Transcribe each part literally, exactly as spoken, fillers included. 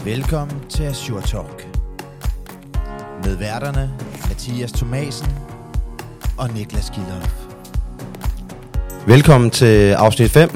Velkommen til Azure Talk. Med værterne Mathias Thomasen og Niklas Gilhoff. Velkommen til afsnit fem.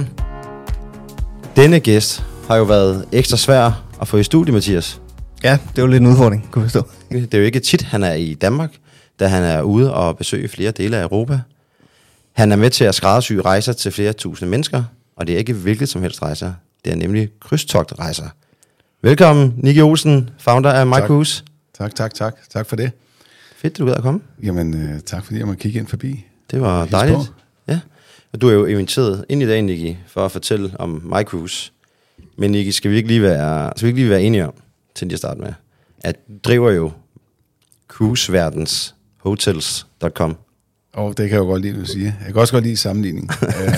Denne gæst har jo været ekstra svær at få i studie, Mathias. Ja, det var lidt en udfordring, kunne jeg forstå. Det er jo ikke tit, han er i Danmark, da han er ude og besøge flere dele af Europa. Han er med til at skræddersy rejser til flere tusinde mennesker, og det er ikke hvilket som helst rejser. Det er nemlig krydstogtrejser. Velkommen, Nicky Olsen, founder af MyCruise. Tak, tak, tak. Tak for det. Fedt, at du gad at komme. Jamen, øh, tak fordi jeg må kigge ind forbi. Det var dejligt. Ja. Og du er jo inviteret ind i dag, Nicky, for at fortælle om MyCruise. Men Nicky, skal vi ikke lige være, skal vi ikke lige være enige om, til at starte med, at du driver jo cruiseverdens hotels punktum com. Og det kan jeg jo godt lide, at du siger. Jeg kan også godt lide sammenligning.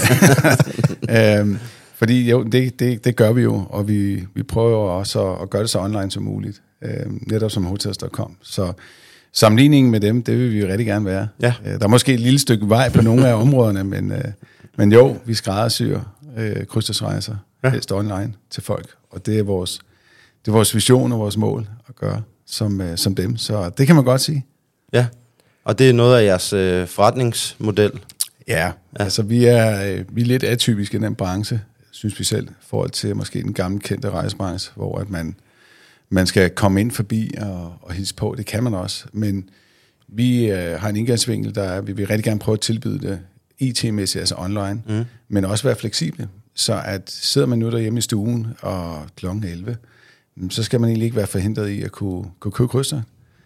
øhm, fordi jo, det, det, det gør vi jo, og vi, vi prøver også at, at gøre det så online som muligt. Øhm, netop som hotels punktum com. Så sammenligningen med dem, det vil vi rigtig gerne være. Ja. Øh, der er måske et lille stykke vej på nogle af områderne, men, øh, men jo, vi skræddersyr øh, krydstogtrejser, ja. helst online til folk. Og det er vores, det er vores vision og vores mål at gøre som, øh, som dem. Så det kan man godt sige. Ja, og det er noget af jeres øh, forretningsmodel. Ja, ja, altså vi er, øh, vi er lidt atypiske i den branche, synes vi selv, i forhold til måske den gamle kendte rejsebranche, hvor at man, man skal komme ind forbi og, og hilse på. Det kan man også, men vi øh, har en indgangsvinkel, der er, vi vil rigtig gerne prøve at tilbyde det I T-mæssigt, altså online, mm. men også være fleksible. Så at sidder man nu derhjemme i stuen og klokken elleve, så skal man egentlig ikke være forhindret i at kunne, kunne købe krydser.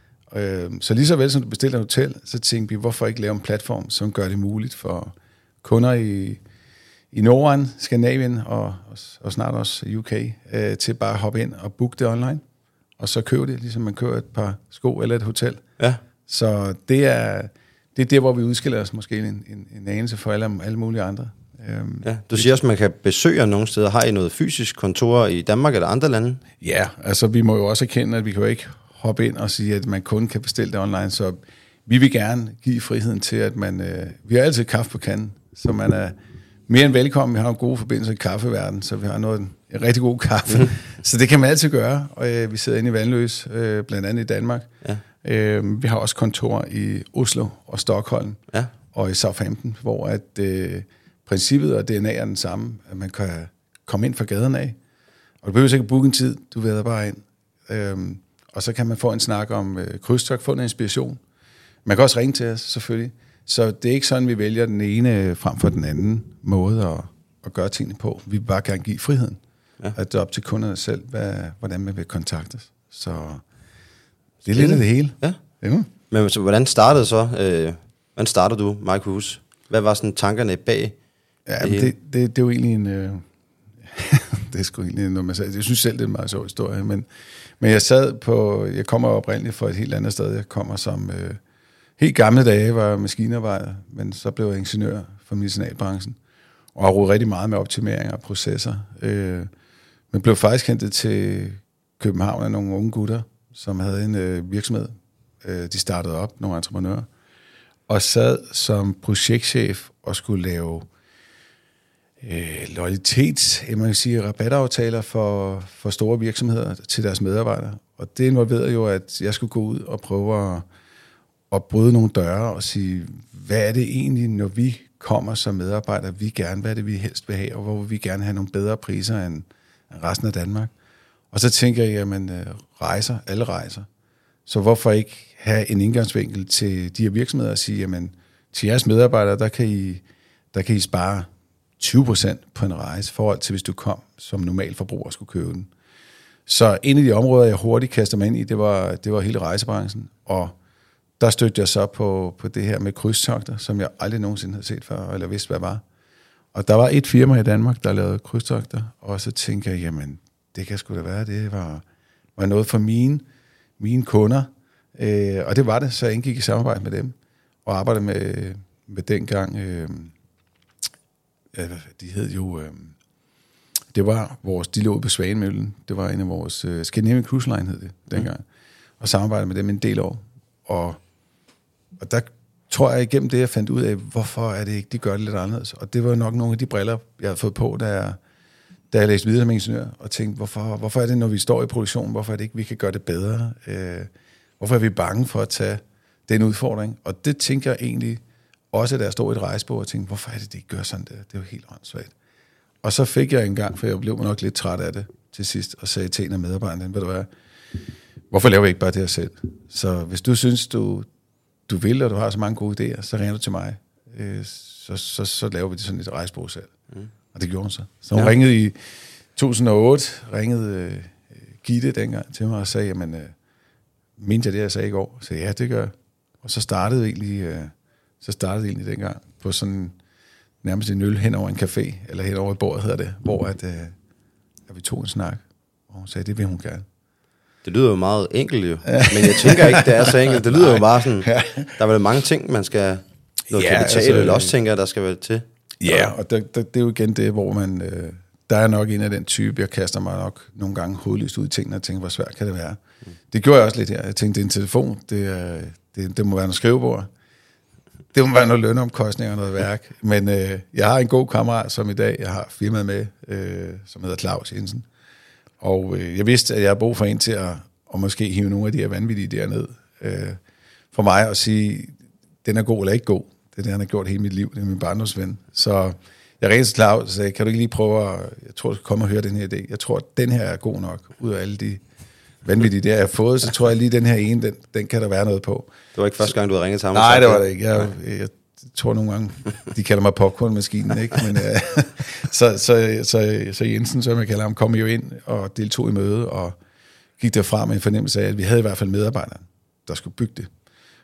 Så lige så vel som du bestiller et hotel, så tænkte vi, hvorfor ikke lave en platform, som gør det muligt for kunder i, i Norden, Skandinavien og, og, og snart også U K, øh, til bare at hoppe ind og booke det online, og så købe det, ligesom man køber et par sko eller et hotel. Ja. Så det er, det er der, hvor vi udskiller os måske en, en, en anelse for alle, alle mulige andre. Øhm, ja, du siger også, at man kan besøge nogle steder. Har I noget fysisk kontor i Danmark eller andre lande? Ja, altså vi må jo også erkende, at vi kan jo ikke hoppe ind og sige, at man kun kan bestille det online, så vi vil gerne give friheden til, at man... Øh, vi har altid kaffe på kanden, så man er mere end velkommen. Vi har en god forbindelse i kaffeverdenen, så vi har noget, en rigtig god kaffe. Mm. Så det kan man altid gøre, og øh, vi sidder inde i Vandløs, øh, blandt andet i Danmark. Ja. Øh, vi har også kontor i Oslo og Stockholm, ja. og i Southampton, hvor at, øh, princippet og D N A er den samme, at man kan komme ind fra gaden af, og du behøver ikke booke en tid, du ved bare ind. Øh, Og så kan man få en snak om øh, krydstogt, få en inspiration. Man kan også ringe til os, selvfølgelig. Så det er ikke sådan, vi vælger den ene frem for den anden måde at, at gøre tingene på. Vi vil bare gerne give friheden. Ja. At det er op til kunderne selv, hvad, hvordan man vil kontaktes. Så det er lidt af det hele. Ja. Ja. Men så, hvordan startede så? Øh, hvordan startede du MyCruise? Hvad var sådan tankerne bag? Ja, det, det, det, det er jo egentlig en... Øh, det er sgu egentlig noget, man sagde. Jeg synes selv, det er en meget sjov historie, men... Men jeg sad på, jeg kommer oprindeligt fra et helt andet sted. Jeg kommer som øh, helt gamle dage, var maskinarbejder, men så blev jeg ingeniør for medicinalbranchen, og har rodet rigtig meget med optimering af processer. Øh, men blev faktisk hentet til København af nogle unge gutter, som havde en øh, virksomhed. Øh, de startede op, nogle entreprenører, og sad som projektchef og skulle lave Øh, loyalitets, man kan sige, rabataftaler for, for store virksomheder til deres medarbejdere. Og det involverede jo, at jeg skulle gå ud og prøve at, at bryde nogle døre og sige, hvad er det egentlig, når vi kommer som medarbejdere, vi gerne, hvad er det, vi helst vil have, og hvor vil vi gerne have nogle bedre priser end, end resten af Danmark. Og så tænker jeg, jamen rejser, alle rejser. Så hvorfor ikke have en indgangsvinkel til de her virksomheder og sige, jamen til jeres medarbejdere, der kan I, der kan I spare tyve procent på en rejse, forhold til hvis du kom som normal forbruger skulle købe den. Så en af de områder, jeg hurtigt kastede mig ind i, det var, det var hele rejsebranchen, og der stødte jeg så på, på det her med krydstogter, som jeg aldrig nogensinde havde set før, eller vidste, hvad var. Og der var et firma i Danmark, der lavede krydstogter, og så tænkte jeg, jamen, det kan sgu da være, det var, var noget for mine, mine kunder, øh, og det var det, så jeg indgik i samarbejde med dem, og arbejdede med, med dengang... Øh, de hed jo, øh, det var vores, de lå på Svanemøllen, det var en af vores, øh, Scandinavian Cruise Line hed det dengang, mm. og samarbejdede med dem en del år, og, og der tror jeg igennem det, jeg fandt ud af, hvorfor er det ikke, de gør det lidt anderledes, og det var nok nogle af de briller, jeg havde fået på, da jeg, da jeg læste videre som ingeniør, og tænkte, hvorfor, hvorfor er det, når vi står i produktion, hvorfor er det ikke, vi kan gøre det bedre? Øh, hvorfor er vi bange for at tage den udfordring? Og det tænker jeg egentlig også, da jeg stod i et rejsbord og tænkte, hvorfor er det, det ikke gør sådan der? Det er jo helt åndssvagt. Og så fik jeg en gang, for jeg blev nok lidt træt af det til sidst, og sagde til en af medarbejderne, ved du hvad, hvorfor laver vi ikke bare det her selv? Så hvis du synes, du, du vil, og du har så mange gode idéer, så ringer du til mig. Øh, så, så, så laver vi det sådan et rejsbord selv. Mm. Og det gjorde hun så. Så hun ja. ringede i to tusind og otte, ringede øh, Gitte dengang til mig og sagde, jamen, øh, mente jeg det, jeg sagde i går? Så ja, det gør jeg. Og så startede egentlig, øh, så startede egentlig dengang på sådan nærmest en øl hen over en café, eller hen over et bord hedder det, hvor at, øh, at vi tog en snak, og hun sagde, det vil hun gerne. Det lyder jo meget enkelt jo, men jeg tænker ikke, det er så enkelt. Det lyder jo bare sådan, der er vel mange ting, man skal, noget ja, kapital, altså, eller også tænker, der skal være til. Ja, og der, der, det er jo igen det, hvor man, øh, der er nok en af den type, jeg kaster mig nok nogle gange hovedløst ud i tingene, og tænker, hvor svært kan det være. Mm. Det gjorde jeg også lidt her. Jeg tænkte, det er en telefon, det, er, det, det må være noget skrivebord, det må være noget lønomkostninger og noget værk, men øh, jeg har en god kammerat, som i dag, jeg har firmaet med, øh, som hedder Claus Jensen, og øh, jeg vidste, at jeg har brug for en til at, at måske hive nogle af de her vanvittige idéer ned, øh, for mig at sige, den er god eller ikke god. Det er det, han har gjort hele mit liv. Det er min barndomsven. Så jeg ringede til Claus og sagde, kan du ikke lige prøve at, jeg tror, du skal komme og høre den her idé. Jeg tror, at den her er god nok, ud af alle de vanvittige idéer, jeg har fået, så tror jeg lige, den her ene, den, den kan der være noget på. Det var ikke første gang, du havde ringet til ham? Nej, det var det ikke. Jeg, jeg, jeg tror nogle gange, de kalder mig popcornmaskinen, ikke? Men, uh, så, så, så, så Jensen, som jeg kalder ham, kom jo ind og deltog i møde, og gik derfra med en fornemmelse af, at vi havde i hvert fald medarbejdere, der skulle bygge det.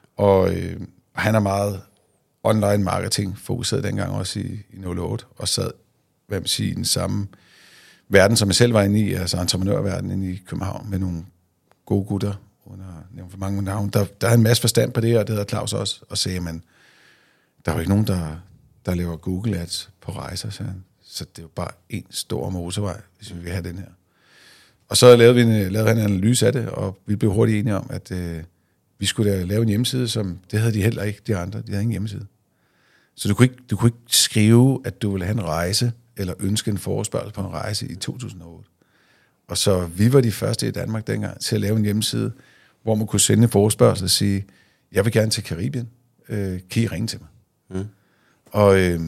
Og øh, han er meget online marketing fokuseret dengang også i, i nul otte, og sad, hvad man siger, i den samme verden, som jeg selv var inde i, altså entreprenørverdenen inde i København, med nogle gode gutter, under nævnt for mange navne. Der, der er en masse forstand på det, og det hedder Claus også, og sagde, man, der er jo ikke nogen, der, der laver Google Ads på rejser, så, så det er jo bare en stor motorvej, hvis vi vil have den her. Og så lavede vi en, lavede han en analyse af det, og vi blev hurtigt enige om, at øh, vi skulle da lave en hjemmeside, som det havde de heller ikke, de andre. De havde ingen hjemmeside. Så du kunne ikke, du kunne ikke skrive, at du ville have en rejse, eller ønske en forespørgsel på en rejse i to tusind og otte. Og så vi var de første i Danmark dengang til at lave en hjemmeside, hvor man kunne sende en forespørgsel og sige, jeg vil gerne til Karibien, øh, kan I ringe til mig? Mm. Og, øh,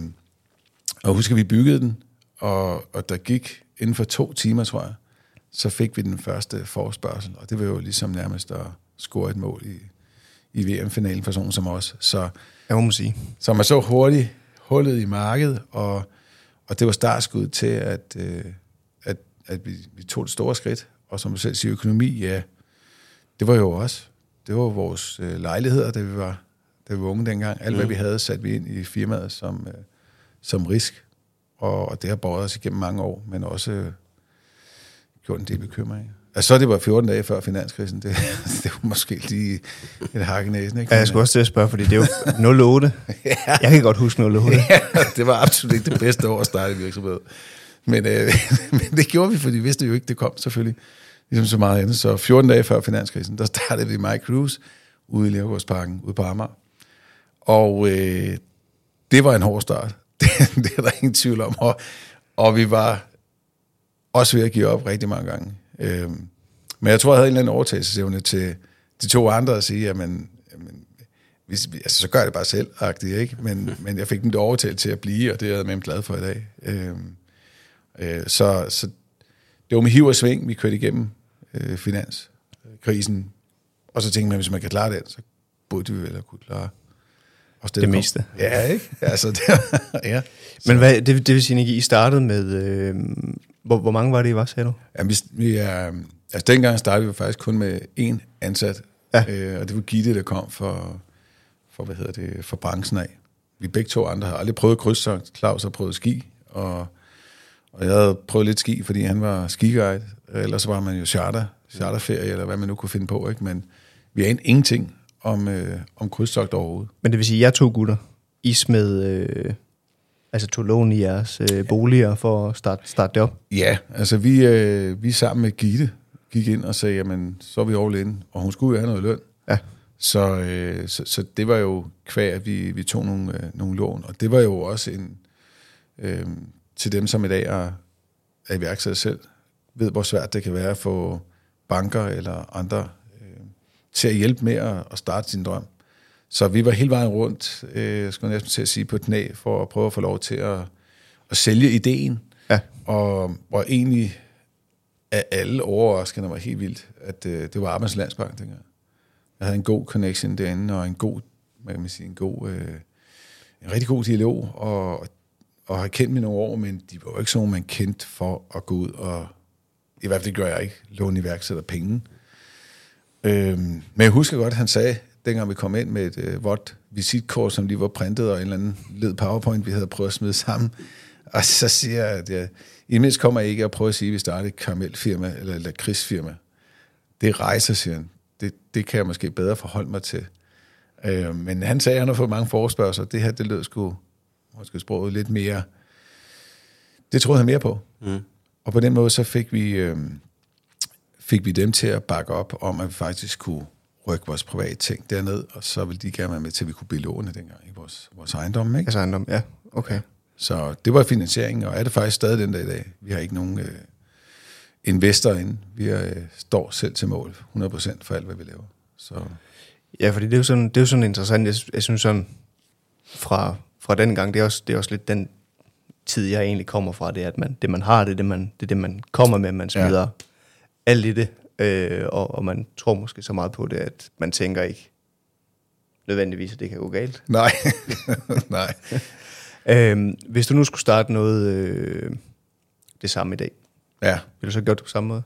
og husker, vi byggede den, og, og der gik inden for to timer, tror jeg, så fik vi den første forespørgsel, og det var jo ligesom nærmest at score et mål i, i V M-finalen for sådan som os. Så, jeg må sige. Så man så hurtigt hullet i markedet, og, og det var startskud til, at, øh, at, at vi, vi tog et stort skridt, og som du selv siger, økonomi, ja, det var jo også, det var vores øh, lejligheder, da vi var, da vi var unge dengang. Alt, mm. hvad vi havde, satte vi ind i firmaet som, øh, som risk, og, og det har båret os igennem mange år, men også øh, gjort en del bekymring. Altså, så det var fjorten dage før finanskrisen. Det, det var måske lige et hak i næsen, ikke? Ja, jeg skulle også til at spørge, fordi det er jo nul otte. Ja. Jeg kan godt huske nul otte. Ja, det var absolut ikke det bedste år at starte virksomhed. Men, øh, men det gjorde vi, fordi vi vidste jo ikke, det kom selvfølgelig. Ligesom så meget andet. Så fjorten dage før finanskrisen, der startede vi My Cruise ude i Lergårdsparken, ude på Amager. Og øh, det var en hård start. Det, det er der ingen tvivl om. Og, og vi var også ved at give op rigtig mange gange. Øhm, men jeg tror, jeg havde en eller anden overtagelsesevne til de to andre at sige, jamen, jamen hvis, altså, så gør jeg det bare selv, ikke? Men, men jeg fik dem overtalt til at blive, og det er jeg med glad for i dag. Øhm, øh, så, så det var med hiv og sving, vi kørte igennem øh, finanskrisen, og så tænkte man, hvis man kan klare det, så burde vi vel at kunne klare det, det meste. Ja, ikke? Altså, det, ja. Men hvad, det, det vil sige, at I startede med... Øh, Hvor, hvor mange var det, I var, sagde du? Ja, vi, vi er, altså dengang startede vi faktisk kun med én ansat, ja. øh, og det var Gitte, der kom for, for, hvad hedder det, for branchen af. Vi begge to andre har aldrig prøvet krydstogt. Claus har prøvet ski, og, og jeg havde prøvet lidt ski, fordi han var skiguide. Ellers var man jo charter, charterferie, eller hvad man nu kunne finde på, ikke? Men vi anede ingenting om, øh, om krydstogt overhovedet. Men det vil sige, at jeg to gutter, I smed... Øh Altså tog lån i jeres øh, boliger for at starte, starte det op? Ja, altså vi, øh, vi sammen med Gitte gik ind og sagde, jamen så er vi all in, og hun skulle jo have noget løn. Ja. Så, øh, så, så det var jo kvæg, at vi, vi tog nogle, øh, nogle lån, og det var jo også en, øh, til dem, som i dag er, er iværksætter selv, ved, hvor svært det kan være at få banker eller andre øh, til at hjælpe med at, at starte sin drøm. Så vi var hele vejen rundt, øh, skulle jeg næsten til at sige, på knæ, for at prøve at få lov til at, at sælge ideen. Ja. Og var egentlig af alle overraskende var helt vildt, at øh, det var Arbejds Landsbank dengang. Jeg havde en god connection derinde, og en god, hvad kan man sige, en god, øh, en rigtig god dialog, og, og har kendt mig nogle år, men de var jo ikke sådan, man kendte for at gå ud og, i hvert fald det gør jeg ikke, låne iværksætter penge. Øhm, men jeg husker godt, at han sagde, dengang vi kom ind med et øh, vådt visitkort, som lige var printet, og en eller anden led PowerPoint, vi havde prøvet at smide sammen. Og så siger jeg, at jeg, i mindst kommer jeg ikke at prøve at sige, at vi starter et karamelfirma, eller et lakridsfirma. Det rejser, siger han. Det, det kan jeg måske bedre forholde mig til. Øh, men han sagde, at han har fået mange forespørgsler. Det her, det lød sgu, måske sproget lidt mere, det troede han mere på. Mm. Og på den måde, så fik vi, øh, fik vi dem til at bakke op om, at vi faktisk kunne rykke vores private ting derned, og så ville de gerne være med til, at vi kunne belåne dengang i vores, vores ejendom, ikke? Altså ejendom, ja. Okay. Så det var finansieringen, og er det faktisk stadig den dag i dag. Vi har ikke nogen øh, investor inde. Vi er, øh, står selv til mål hundrede procent for alt, hvad vi laver. Så. Ja, fordi det er jo sådan, det er jo sådan interessant. Jeg, jeg synes sådan, fra, fra den gang, det er, også, det er også lidt den tid, jeg egentlig kommer fra, det er, at man, det man har, det er det, man, det er det, man kommer med, man smider ja. alt i det, øh, og, og man tror måske så meget på det, at man tænker ikke nødvendigvis, at det kan gå galt. Nej, nej. Øhm, hvis du nu skulle starte noget øh, det samme i dag, ja. vil du så gøre det på samme måde?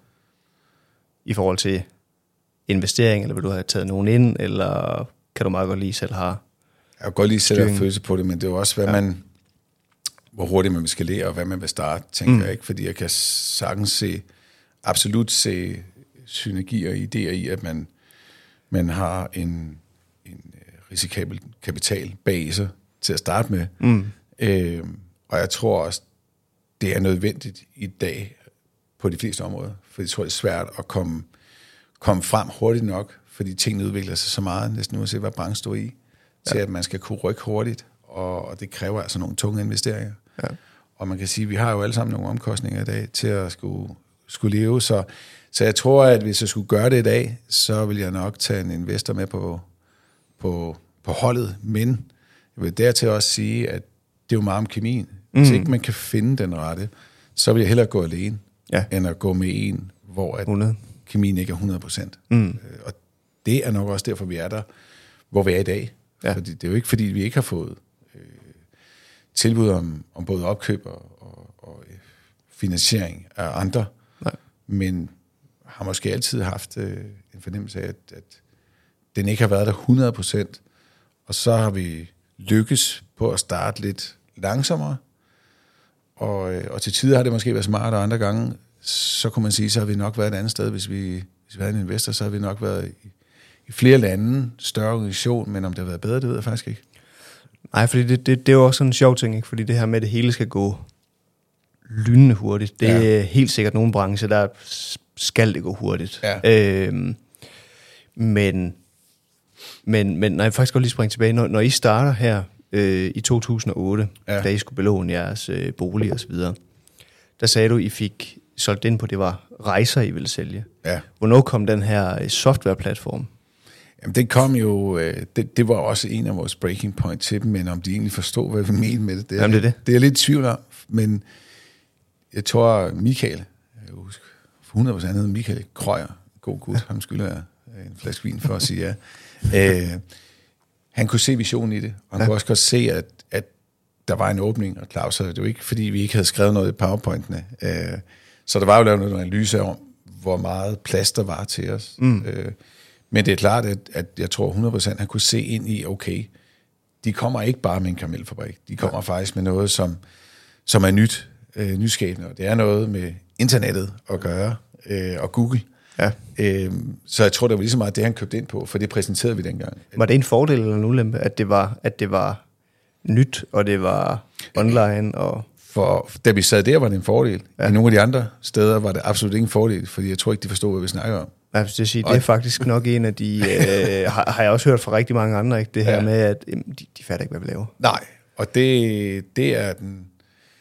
I forhold til investering, eller vil du have taget nogen ind, eller kan du meget godt lige selv have? Jeg kan godt lige selv have følelse på det, men det er jo også, hvad ja. man, hvor hurtigt man vil skalere, og hvad man vil starte, tænker mm. jeg ikke, fordi jeg kan sagtens se, absolut se synergier og idéer i, at man, man har en, en risikabel kapital bag sig til at starte med. Mm. Øh, og jeg tror også, det er nødvendigt i dag på de fleste områder, for jeg tror, det er svært at komme, komme frem hurtigt nok, fordi tingene udvikler sig så meget, næsten uanset hvad branchen står i, til ja. at man skal kunne rykke hurtigt, og, og det kræver altså nogle tunge investeringer. Ja. Og man kan sige, at vi har jo alle sammen nogle omkostninger i dag til at skulle, skulle leve, så, så jeg tror, at hvis jeg skulle gøre det i dag, så vil jeg nok tage en investor med på, på, på holdet, men jeg vil dertil også sige, at det er jo meget om kemien. Hvis mm. ikke man kan finde den rette, så vil jeg hellere gå alene, ja. end at gå med en, hvor at hundrede kemien ikke er hundrede procent. Mm. Og det er nok også derfor, vi er der, hvor vi er i dag. Ja. Fordi det er jo ikke, fordi vi ikke har fået øh, tilbud om, om både opkøb og, og, og finansiering af andre, nej. men har måske altid haft øh, en fornemmelse af, at, at den ikke har været der hundrede procent, og så har vi lykkes på at starte lidt langsommere, og, og til tider har det måske været smart, og andre gange, så kunne man sige, så har vi nok været et andet sted, hvis vi, hvis vi havde en investor, så har vi nok været i, i flere lande, større organisation, men om det har været bedre, det ved jeg faktisk ikke. Nej, fordi det, det, det er jo også sådan en sjov ting, ikke? Fordi det her med, at det hele skal gå lynende hurtigt, det ja. er helt sikkert nogle brancher, der skal det gå hurtigt. Ja. Øhm, men, men, men når jeg faktisk godt lige springe tilbage, når, når I starter her øh, i to tusind og otte, ja. da I skulle belåne jeres øh, bolig og så videre, der sagde du, I fik solgt ind på, det var rejser, I ville sælge. Ja. Hvornår kom den her softwareplatform? Jamen, det kom jo, det, det var også en af vores breaking point til dem, men om de egentlig forstod, hvad vi mente med det, det er, Jamen, det, er det. det er lidt tvivl om, men jeg tror, Michael, jeg husker, hundrede procent hedder Michael Krøyer, god gut, ja. ham skylder jeg en flaske vin for at sige ja. øh, han kunne se visionen i det, og han ja. kunne også godt se, at, at der var en åbning, og Claus, det var ikke, fordi vi ikke havde skrevet noget i PowerPointene, øh, så der var jo lavet noget analyse om, hvor meget plads der var til os. Mm. Øh, men det er klart, at, at jeg tror hundrede procent, han kunne se ind i, okay, de kommer ikke bare med en karamelfabrik, de kommer ja. faktisk med noget, som, som er nyt, øh, nyskabende, og det er noget med internettet at gøre, øh, og Google. Ja. Øh, så jeg tror, det var lige så meget det, han købte ind på, for det præsenterede vi dengang. Var det en fordel eller en ulempe, at det var, at det var nyt, og det var online? Og For da vi sad der, var det en fordel. Ja. I nogle af de andre steder var det absolut ingen fordel, fordi jeg tror ikke, de forstod, hvad vi snakker om. Ja, det, sige, det er faktisk nok en af de, øh, har, har jeg også hørt fra rigtig mange andre, ikke? Det her ja. med, at øh, de, de fatter ikke, hvad vi laver. Nej, og det, det er den,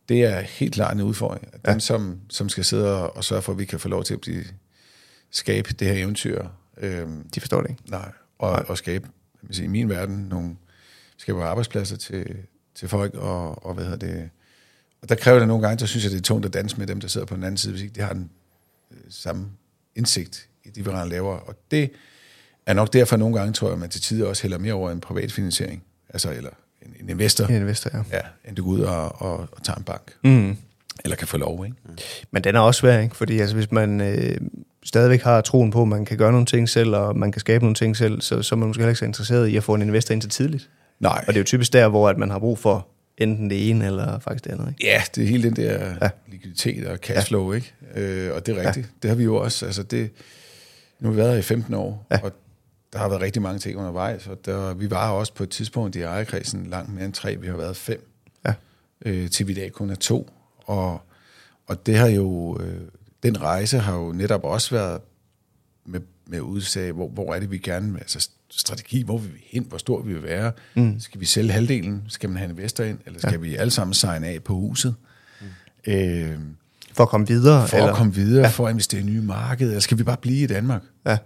det er helt klart en udfordring. Dem, Ja. som, som skal sidde og, og sørge for, at vi kan få lov til at blive, skabe det her eventyr. Øhm, De forstår det ikke. nej, og, Nej. og skabe, jeg vil sige, i min verden, nogle skabe arbejdspladser til, til folk, og, og hvad hedder det. Og der kræver det nogle gange, der synes jeg, det er tungt at danse med dem, der sidder på den anden side, hvis ikke de har den øh, samme indsigt i det, vi rent laver. Og det er nok derfor nogle gange, tror jeg, man til tider også hælder mere over en privat finansiering. Altså, eller en, en investor, En investor, ja. ja, end du går ud og, og, og tager en bank. Mm. Eller kan få lov, ikke? Men den er også svær, ikke? Fordi altså, hvis man øh, stadigvæk har troen på, at man kan gøre nogle ting selv, og man kan skabe nogle ting selv, så, så er man måske heller ikke så interesseret i at få en investor ind så tidligt. Nej. Og det er jo typisk der, hvor at man har brug for enten det ene, eller faktisk det andet, ikke? Ja, det er hele den der Ja. ja. likviditet og cashflow, ja. ikke? Øh, og det er rigtigt. Ja. Det har vi jo også. Altså det, nu har vi været her i femten år, Ja. og der har været rigtig mange ting undervejs. Og der, vi var også på et tidspunkt i ejerkredsen langt mere end tre. Vi har været fem, Ja. øh, til vi i dag kun er to. Og, og det har jo, øh, den rejse har jo netop også været med, med udsag, hvor, hvor er det, vi gerne, altså strategi, hvor vil vi hen, hvor stor vi vil være. Mm. Skal vi sælge halvdelen? Skal man have en investor ind? Eller skal ja. vi alle sammen signe af på huset? Mm. Øh, For at komme videre? for eller? at komme videre, Ja. for at investere i nye markeder? Eller skal vi bare blive i Danmark? Ja.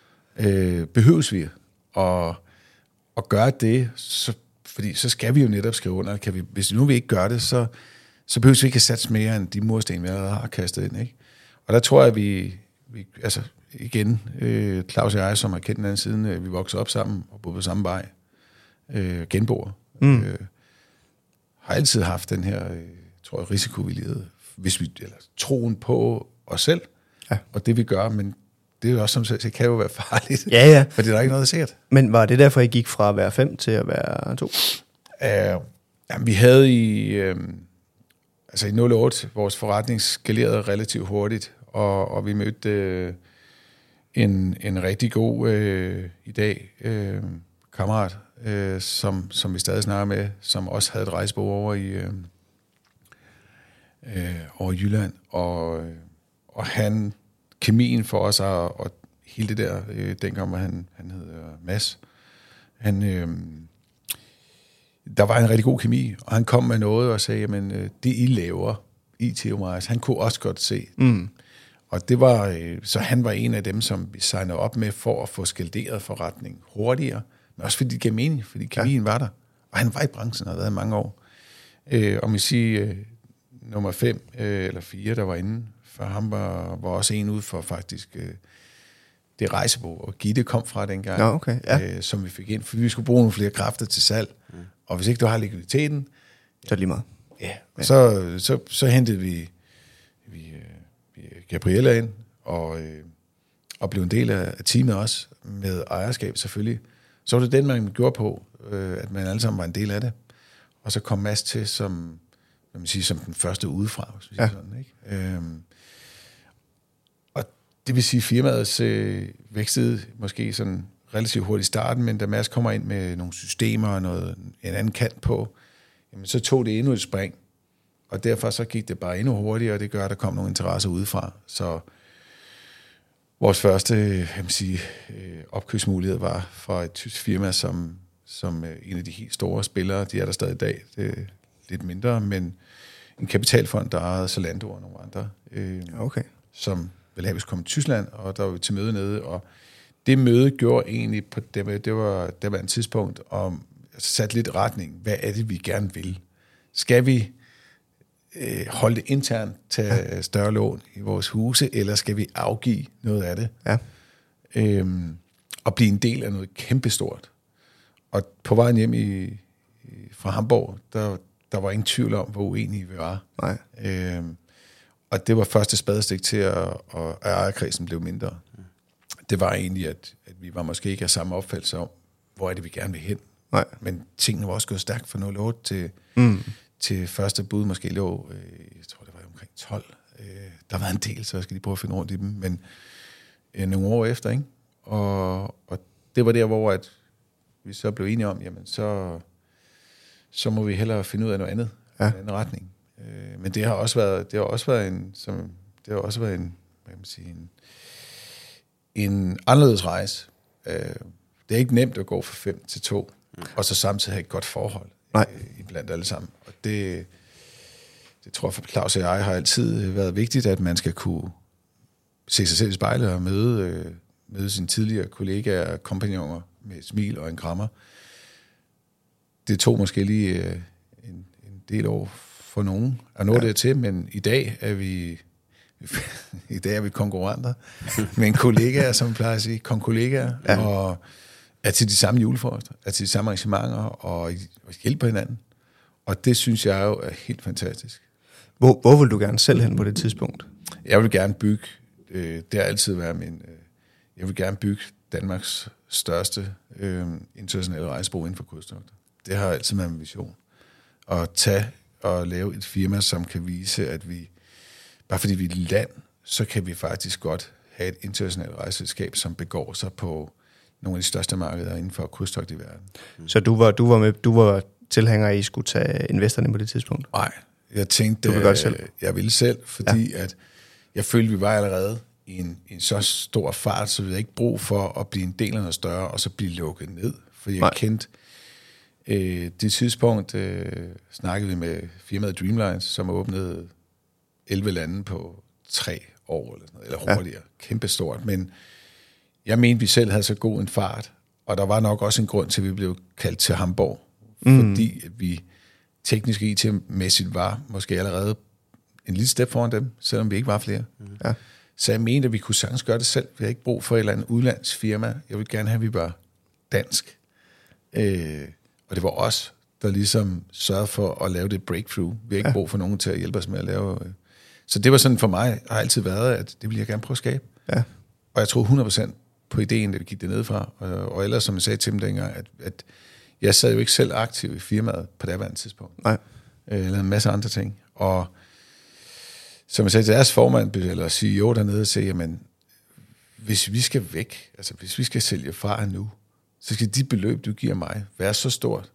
Øh, behøves vi at, at gøre det, så, fordi så skal vi jo netop skrive under. Kan vi, hvis nu vi ikke gør det, så, så behøves vi ikke at satse mere end de mursten, vi allerede har kastet ind. Ikke? Og der tror jeg, at vi, vi altså igen, øh, Claus og jeg, som har kendt hinanden siden øh, vi voksede op sammen og boede på samme vej, øh, genboer, mm. øh, har altid haft den her, øh, tror jeg, risikovillighed, hvis vi, eller troen på os selv, Ja. og det vi gør, men det er jo også, som sagt, det kan jo være farligt. Ja, ja. Fordi der er ikke noget, der sikkert. Men var det derfor, I gik fra at være fem til at være to? Uh, jamen, vi havde i, uh, altså i nul otte, vores forretning skalerede relativt hurtigt, og, og vi mødte uh, en, en rigtig god uh, i dag uh, kammerat, uh, som, som vi stadig snakker med, som også havde et rejsebog over i, uh, uh, over i Jylland, og, og han, kemien for os, og, og hele det der, uh, dengang var han, han hed uh, Mads, han... Uh, der var en rigtig god kemi, og han kom med noget og sagde, jamen, det I laver, I T O Meyers, han kunne også godt se. Mm. Og det var, så han var en af dem, som vi signede op med for at få skalderet forretning hurtigere, men også fordi det gav mening, fordi kemien ja. var der. Og han var i branchen og har været i mange år. Øh, om vi siger, øh, nummer fem øh, eller fire, der var inde, for ham var, var også en ud for faktisk... Øh, det rejsebog, og Gitte kom fra dengang, ja, okay. ja. øh, som vi fik ind, fordi vi skulle bruge nogle flere kræfter til salg. Mm. Og hvis ikke du har likviditeten... Så er det lige meget. Ja, og ja. Så, så, så hentede vi, vi, vi Gabriella ind, og, øh, og blev en del af, af teamet også, med ejerskab selvfølgelig. Så var det den, man gjorde på, øh, at man alle sammen var en del af det. Og så kom Mads til som, hvad man siger, som den første udefra, hvis vi ja. siger sådan, ikke? Øhm, Det vil sige, at firmaet øh, vækstede måske sådan relativt hurtigt i starten, men da Mads kommer ind med nogle systemer og noget, en anden kant på, jamen, så tog det endnu et spring. Og derfor så gik det bare endnu hurtigere, og det gør, at der kom nogle interesser udefra. Så vores første jeg vil sige, opkøbsmulighed var fra et tysk firma, som, som en af de helt store spillere, de er der stadig i dag, det er lidt mindre, men en kapitalfond, der ejede Zalando og nogle andre, øh, okay. som ville have, hvis kom til Tyskland, og der var vi til møde nede, og det møde gjorde egentlig på det, det var, det var en tidspunkt, og sat lidt retning. Hvad er det, vi gerne vil? Skal vi øh, holde det internt, tage ja. større lån i vores huse, eller skal vi afgive noget af det? Ja. Øhm, og blive en del af noget kæmpestort. Og på vejen hjem i, i, fra Hamburg, der, der var ingen tvivl om, hvor uenige vi var. Nej. Øhm, Og det var første spadestik til, at, at ejerkredsen blev mindre. Det var egentlig, at, at vi var måske ikke af samme opfattelse om, hvor er det, vi gerne vil hen. Nej. Men tingene var også gået stærkt fra nul otte til, mm. til første bud, måske lå, øh, jeg tror, det var omkring tolv. Øh, der var en del, så jeg skal lige prøve at finde rundt i dem. Men øh, nogle år efter, ikke? Og, og det var der, hvor at vi så blev enige om, jamen så, så må vi hellere finde ud af noget andet, ja. en anden retning. Men det har også været, det har også været en, som, det har også været en, hvad kan man sige, en, en anderledes rejse. Det er ikke nemt at gå fra fem til to, mm. og så samtidig have et godt forhold i blandt alle sammen. Og det, det tror jeg for Claus og jeg har altid været vigtigt, at man skal kunne se sig selv i spejlet og møde, øh, møde sine tidligere kollegaer og kompagnoner med et smil og en krammer. Det tog måske lige øh, en, en del år for nogen at nå ja. det til, men i dag er vi i dag er vi konkurrenter med en kollega, som plejer at sige, konkollegaer, ja. og er til de samme julefrokoster, er til de samme arrangementer, og, og hjælper hinanden. Og det synes jeg jo er helt fantastisk. Hvor, hvor vil du gerne selv hen på det tidspunkt? Jeg vil gerne bygge, øh, det har altid været min, øh, jeg vil gerne bygge Danmarks største øh, internationale rejsebureau inden for krydstogter. Det har altid været min vision. At tage og lave et firma, som kan vise, at vi, bare fordi vi er et land, så kan vi faktisk godt have et internationalt rejseselskab, som begår sig på nogle af de største markeder inden for krydstogt i verden. Mm. Så du var, du var med, du var tilhænger af, at I skulle tage investorerne på det tidspunkt? Nej, jeg tænkte, du vil gøre det selv. Jeg ville selv, fordi ja. at jeg følte, vi var allerede i en, i en så stor fart, så vi havde ikke brug for at blive en del af noget større, og så blive lukket ned. For jeg Nej. kendte øh, det tidspunkt, øh, snakkede vi med firmaet Dreamlines, som åbnede elleve lande på tre år, eller, sådan noget, eller hurtigere. Ja. Kæmpestort, men jeg mente, vi selv havde så god en fart, og der var nok også en grund til, at vi blev kaldt til Hamburg, mm. fordi at vi teknisk I T-mæssigt var måske allerede en lille step foran dem, selvom vi ikke var flere. Mm. Ja. Så jeg mente, at vi kunne sagtens gøre det selv. Vi har ikke brug for et eller andet udlandsfirma. Jeg vil gerne have, at vi var dansk. Øh, og det var os, der ligesom sørgede for at lave det breakthrough. Vi har ikke ja. brug for nogen til at hjælpe os med at lave... Øh. Så det var sådan for mig, har altid været, at det ville jeg gerne prøve at skabe. Ja. Og jeg tror hundrede procent på ideen, da vi gik det ned fra. Og, og ellers, som jeg sagde til dem dengang, at, at jeg sad jo ikke selv aktiv i firmaet på det her tidspunkt. Nej. Jeg lavede en masse andre ting. Og som jeg sagde til deres formand, eller C E O dernede, sagde, jamen, hvis vi skal væk, altså hvis vi skal sælge fra nu, så skal de beløb, du giver mig, være så stort,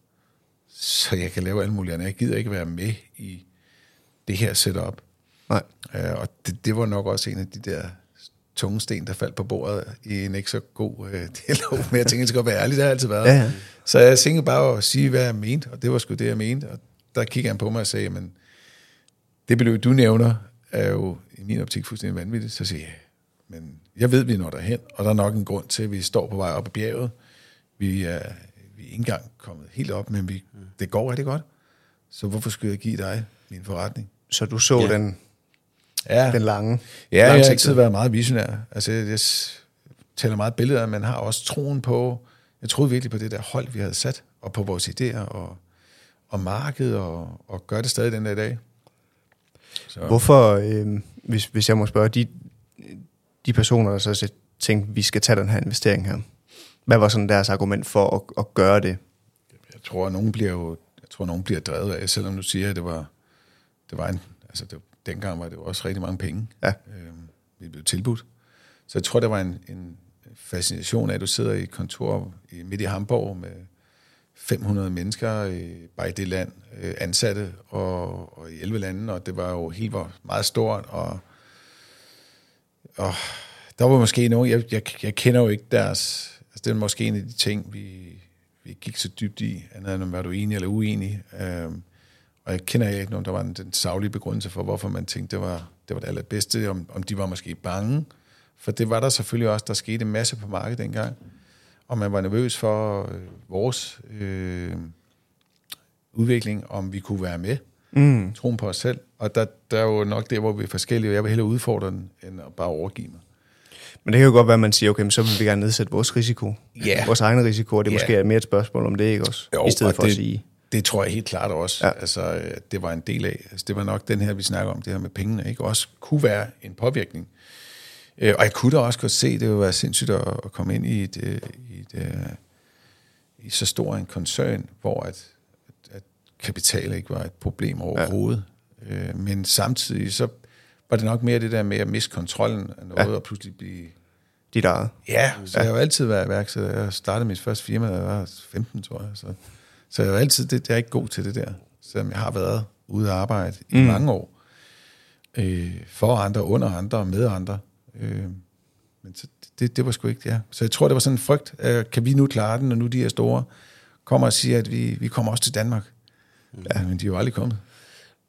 så jeg kan lave alle mulige andre. Jeg gider ikke være med i det her setup. Nej. Uh, og det, det var nok også en af de der tunge sten, der faldt på bordet i en ikke så god uh, dialog. Men jeg tænkte, det skal godt være ærligt, det har altid været. Ja, ja. Så jeg tænkte bare at sige, hvad jeg mente, og det var sgu det, jeg mente. Og der kiggede han på mig og sagde, men det beløb, du nævner, er jo i min optik fuldstændig vanvittigt. Så siger jeg, men jeg ved, vi når derhen, og der er nok en grund til, at vi står på vej op ad bjerget. Vi er, vi er ikke engang kommet helt op, men vi, det går rigtig godt. Så hvorfor skulle jeg give dig min forretning? Så du så ja. den, ja. den lange? Ja, jeg har altid været meget visionær. Altså, jeg, jeg taler meget billeder, men har også troen på, jeg troede virkelig på det der hold, vi havde sat, og på vores idéer, og, og markedet, og, og gør det stadig den der dag. Så. Hvorfor, øh, hvis, hvis jeg må spørge, de, de personer, der så tænkte, vi skal tage den her investering her, hvad var sådan deres argument for at, at gøre det? Jeg tror, at nogen bliver jo, jeg tror, at nogen bliver drevet af, selvom du siger, at det var, det var en, altså det, dengang var det jo også rigtig mange penge, ja. øh, vi blev tilbudt. Så jeg tror, der var en, en fascination af, at du sidder i et kontor i, midt i Hamburg med fem hundrede mennesker øh, bare i det land, øh, ansatte, og, og i elleve lande, og det var jo helt var meget stort, og, og der var måske nogen, jeg, jeg, jeg kender jo ikke deres, altså det er måske en af de ting, vi, vi gik så dybt i, andet end var du enig eller uenig, øh, og jeg kender ikke nogen, der var den, den saglige begrundelse for, hvorfor man tænkte, det var det, var det allerbedste, om, om de var måske bange, for det var der selvfølgelig også, der skete en masse på markedet dengang, og man var nervøs for øh, vores øh, udvikling, om vi kunne være med, mm. troen på os selv. Og der, der er jo nok det, hvor vi er forskellige, og jeg vil hellere udfordre den, end at bare overgive mig. Men det kan jo godt være, at man siger, okay, så vil vi gerne nedsætte vores risiko. Yeah. Vores egen risiko, og det yeah. måske er mere et spørgsmål om det, ikke også? Jo, i stedet for det, at sige... det tror jeg helt klart også. Ja. Altså, det var en del af. Altså, det var nok den her, vi snakker om, det her med pengene, ikke? Også kunne være en påvirkning. Og jeg kunne da også godt se, det ville være sindssygt at komme ind i et, i et i så stor en koncern, hvor at, at kapital ikke var et problem overhovedet. Ja. Men samtidig så var det nok mere det der med at miste kontrollen af noget, ja. og pludselig blive... Dit eget. Ja, så ja. jeg har jo altid været iværksætter. Jeg startede mit første firma, da jeg var femten, tror jeg. Så, så jeg er jo altid, det, jeg er ikke god til det der, selvom jeg har været ude at arbejde i mm. mange år. Øh, for andre, under andre, med andre. Øh, men så det, det var sgu ikke det, ja. Så jeg tror, det var sådan en frygt. Øh, kan vi nu klare den, når nu de er store kommer og siger, at vi, vi kommer også til Danmark? Ja. Men de er jo aldrig kommet.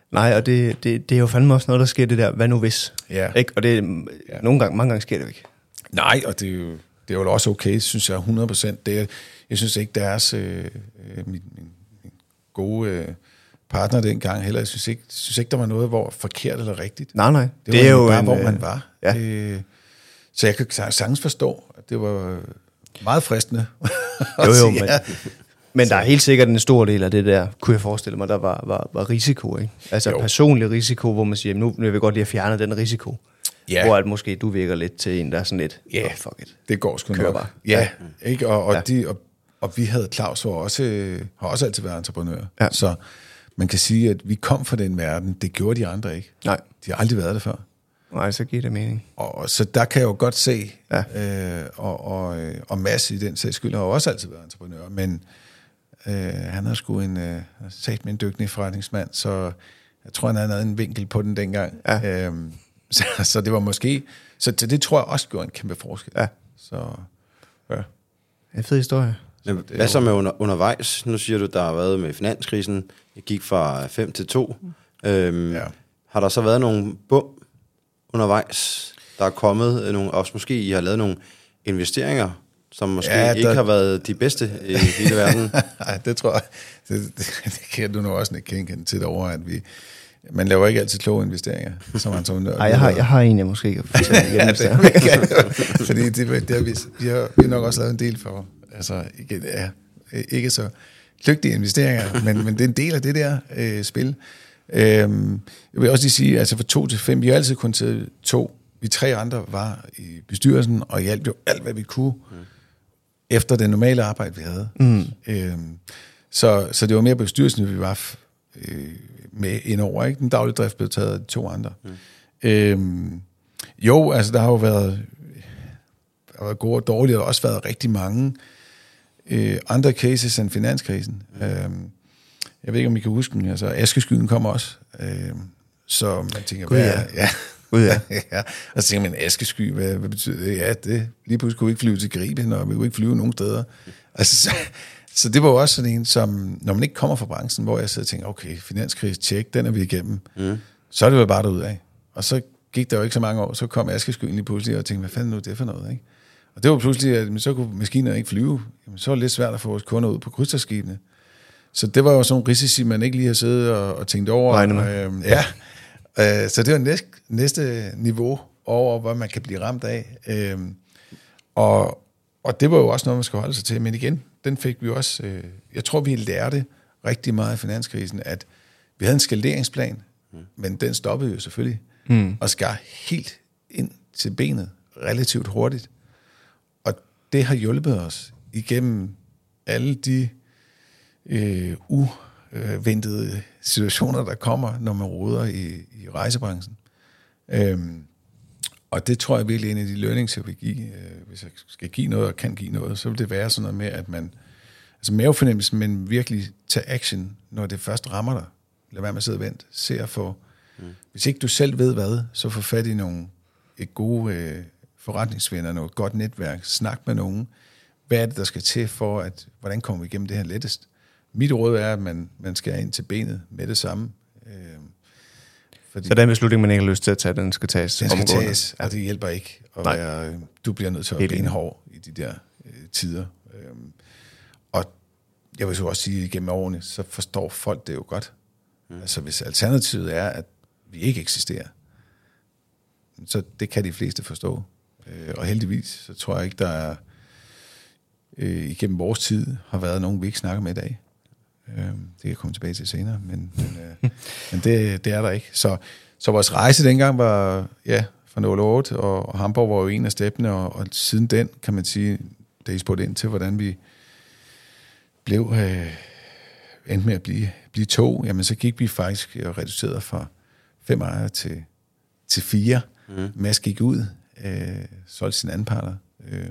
Nej, og det, det, det er jo fandme også noget, der sker det der, hvad nu hvis? Ja. Ikke? Og det, ja. nogle gange, mange gange sker det jo ikke. Nej, og det er jo, det er jo også okay, synes jeg, hundrede procent. Det er, jeg synes ikke, deres øh, min, min, min gode øh, partner dengang heller, jeg synes ikke, synes ikke, der var noget, hvor forkert eller rigtigt. Nej, nej. Det, det var er jo bare, en, hvor man var. Ja. Øh, så jeg kan sagtens forstå, at det var meget fristende. Jo, jo, men, men der er helt sikkert en stor del af det der, kunne jeg forestille mig, der var, var, var risiko, ikke? Altså jo. Personlig risiko, hvor man siger, nu vil vi godt lige at fjerne den risiko. Ja. Hvor at måske du virker lidt til en, der er sådan lidt, ja, oh, fuck it. Det går sgu Kører nok. Bare. Ja, ja. Ikke? Og, og, ja. de, og, og vi havde Claus, var også, har også altid været entreprenør. Ja. Så man kan sige, at vi kom fra den verden, det gjorde de andre ikke. Nej. De har aldrig været der før. Nej, så giver det mening. Og så der kan jeg jo godt se, ja. øh, og, og, og Mads i den sags skyld har jo også altid været entreprenør, men øh, han har sgu en, øh, sagt med en dygtig forretningsmand, så jeg tror, han havde en vinkel på den dengang. Ja. Øhm, så, så det var måske, så det tror jeg også gjorde en kæmpe forskel. Ja. Så, ja. En fed historie. Men hvad så med under, undervejs? Nu siger du, der har været med finanskrisen, jeg gik fra fem til to. Øhm, ja. Har der så været nogle bum undervejs, der er kommet nogle, også måske I har lavet nogle investeringer, som måske ja, der... ikke har været de bedste i hele verden? Nej, det tror jeg, det, det, det kan du nu også ikke kende til over, at vi, man laver ikke altid kloge investeringer, som man som Nej, jeg har, jeg har en, jeg måske kan fortælle igen. Ja, det, kan, fordi det, det har vi, vi, har, vi har nok også lavet en del for, altså ikke, ja, ikke så dygtige investeringer, men, men det er en del af det der øh, spil. Øhm, jeg vil også lige sige, altså fra to til fem, vi har altid kun til to. Vi tre andre var i bestyrelsen, og hjalp jo alt, hvad vi kunne, mm. efter det normale arbejde, vi havde. Mm. Øhm, så, så det var mere på bestyrelsen, vi var øh, med indover, ikke? Den daglige drift blev taget af de to andre. Mm. Øhm, jo, altså der har jo været, der har været gode og dårlige, og der har også været rigtig mange øh, andre cases end finanskrisen. Mm. Øhm, Jeg ved ikke, om I kan huske den. Altså, askeskyen kom også. Øh, så man tænker, God, hvad ja. er... Ja. God, ja. ja. Og så tænker man, askesky, hvad, hvad betyder det? Ja, det, lige pludselig kunne vi ikke flyve til Gribien, og vi kunne ikke flyve nogen steder. Altså, så, så det var jo også sådan en, som, når man ikke kommer fra branchen, hvor jeg sidder og tænker, okay, finanskrise, tjek, den er vi igennem. Mm. Så er det jo bare derudad. Og så gik der jo ikke så mange år, så kom askeskyen lige pludselig, og tænkte, hvad fanden nu er det for noget, ikke? Og det var pludselig, at så kunne maskiner ikke flyve. Jamen, så var det lidt svært at få vores kunder ud på krydstogsskibene. Så det var jo sådan en risici, man ikke lige har siddet og, og tænkt over. Øhm, ja, øh, så det var næste, næste niveau over, hvad man kan blive ramt af. Øhm, og, og det var jo også noget, man skal holde sig til. Men igen, den fik vi også... Øh, jeg tror, vi lærte rigtig meget af finanskrisen, at vi havde en skaleringsplan, mm. men den stoppede jo selvfølgelig, mm. og skar helt ind til benet relativt hurtigt. Og det har hjulpet os igennem alle de... Øh, uventede situationer, der kommer, når man roder i, i rejsebranchen. Øhm, og det tror jeg virkelig er en af de learnings, jeg vil give. Øh, hvis jeg skal give noget og kan give noget, så vil det være sådan noget med, at man, altså mavefornemmelsen, men virkelig tage action, når det først rammer dig. Lad være med at sidde og vente. Se at få, mm. hvis ikke du selv ved hvad, så få fat i nogle et gode øh, forretningsvenner, noget godt netværk, snak med nogen. Hvad er det, der skal til for, at hvordan kommer vi igennem det her lettest? Mit råd er, at man, man skal ind til benet med det samme. Øh, fordi så den beslutning, man ikke har lyst til at tage, den skal tages Den skal omgående. tages, og det hjælper ikke. At være, du bliver nødt til at blive hård i de der øh, tider. Øh, og jeg vil så også sige, at igennem årene, så forstår folk det jo godt. Mm. Altså hvis alternativet er, at vi ikke eksisterer, så det kan de fleste forstå. Øh, og heldigvis, så tror jeg ikke, der er øh, igennem vores tid har været nogen, vi ikke snakker med i dag. Øh, det kan jeg komme tilbage til senere, men, men, øh, men det, det er der ikke. Så, så vores rejse dengang var, ja, fra nul otte, og, og Hamburg var jo en af steppene, og, og siden den, kan man sige, da I spurgte ind til, hvordan vi blev øh, endte med at blive, blive to, jamen så gik vi faktisk og reducerede fra fem ejere til, til fire. Mm. Mads gik ud, øh, solgte sine anparter. Øh,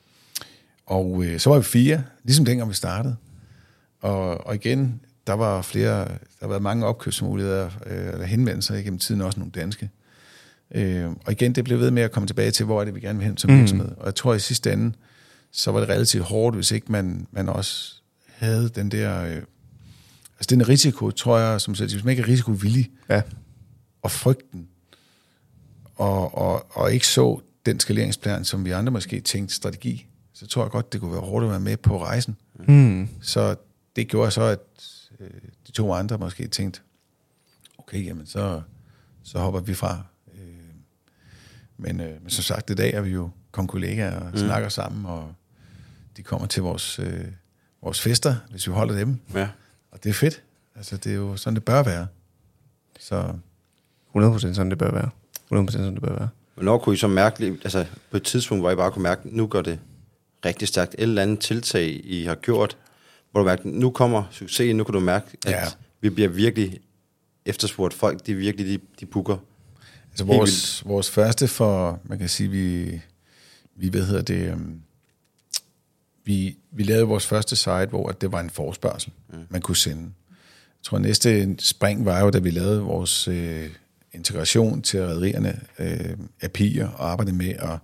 og øh, så var vi fire, ligesom dengang vi startede. Og, og igen, der var flere, der har været mange opkøbsmuligheder, øh, eller henvendelser igennem tiden, også nogle danske. Øh, og igen, det blev ved med at komme tilbage til, hvor er det, vi gerne vil hen som virksomhed. Mm. Og jeg tror, i sidste ende, så var det relativt hårdt, hvis ikke man, man også havde den der... Øh, Altså den risiko, tror jeg, som sagt, hvis man ikke er risikovillig, ja. og frygten, og, og, og ikke så den skaleringsplan, som vi andre måske tænkte strategi, så tror jeg godt, det kunne være hårdt at være med på rejsen. Mm. Så det gjorde så, at øh, de to andre måske tænkte, okay, jamen så, så hopper vi fra. Øh, men, øh, men som sagt, i dag er vi jo konkollegaer og mm. snakker sammen, og de kommer til vores, øh, vores fester, hvis vi holder dem. Ja. Og det er fedt. Altså, det er jo sådan, det bør være. Så hundrede procent sådan, det bør være. hundrede procent sådan, det bør være. Hvornår kunne I så mærke, altså på et tidspunkt, hvor I bare kunne mærke, nu går det rigtig stærkt, et eller andet tiltag, I har gjort, hvor du mærker, nu kommer succesen, nu kan du mærke, at ja. vi bliver virkelig efterspurgt. Folk, de virkelig, de, de booker. Altså vores, vores første for, man kan sige, vi, vi hvad hedder det, um, vi, vi lavede vores første site, hvor det var en forespørgsel, mm. man kunne sende. Jeg tror, næste spring var jo, da vi lavede vores øh, integration til rederierne, øh, A P I'er og arbejdede med, og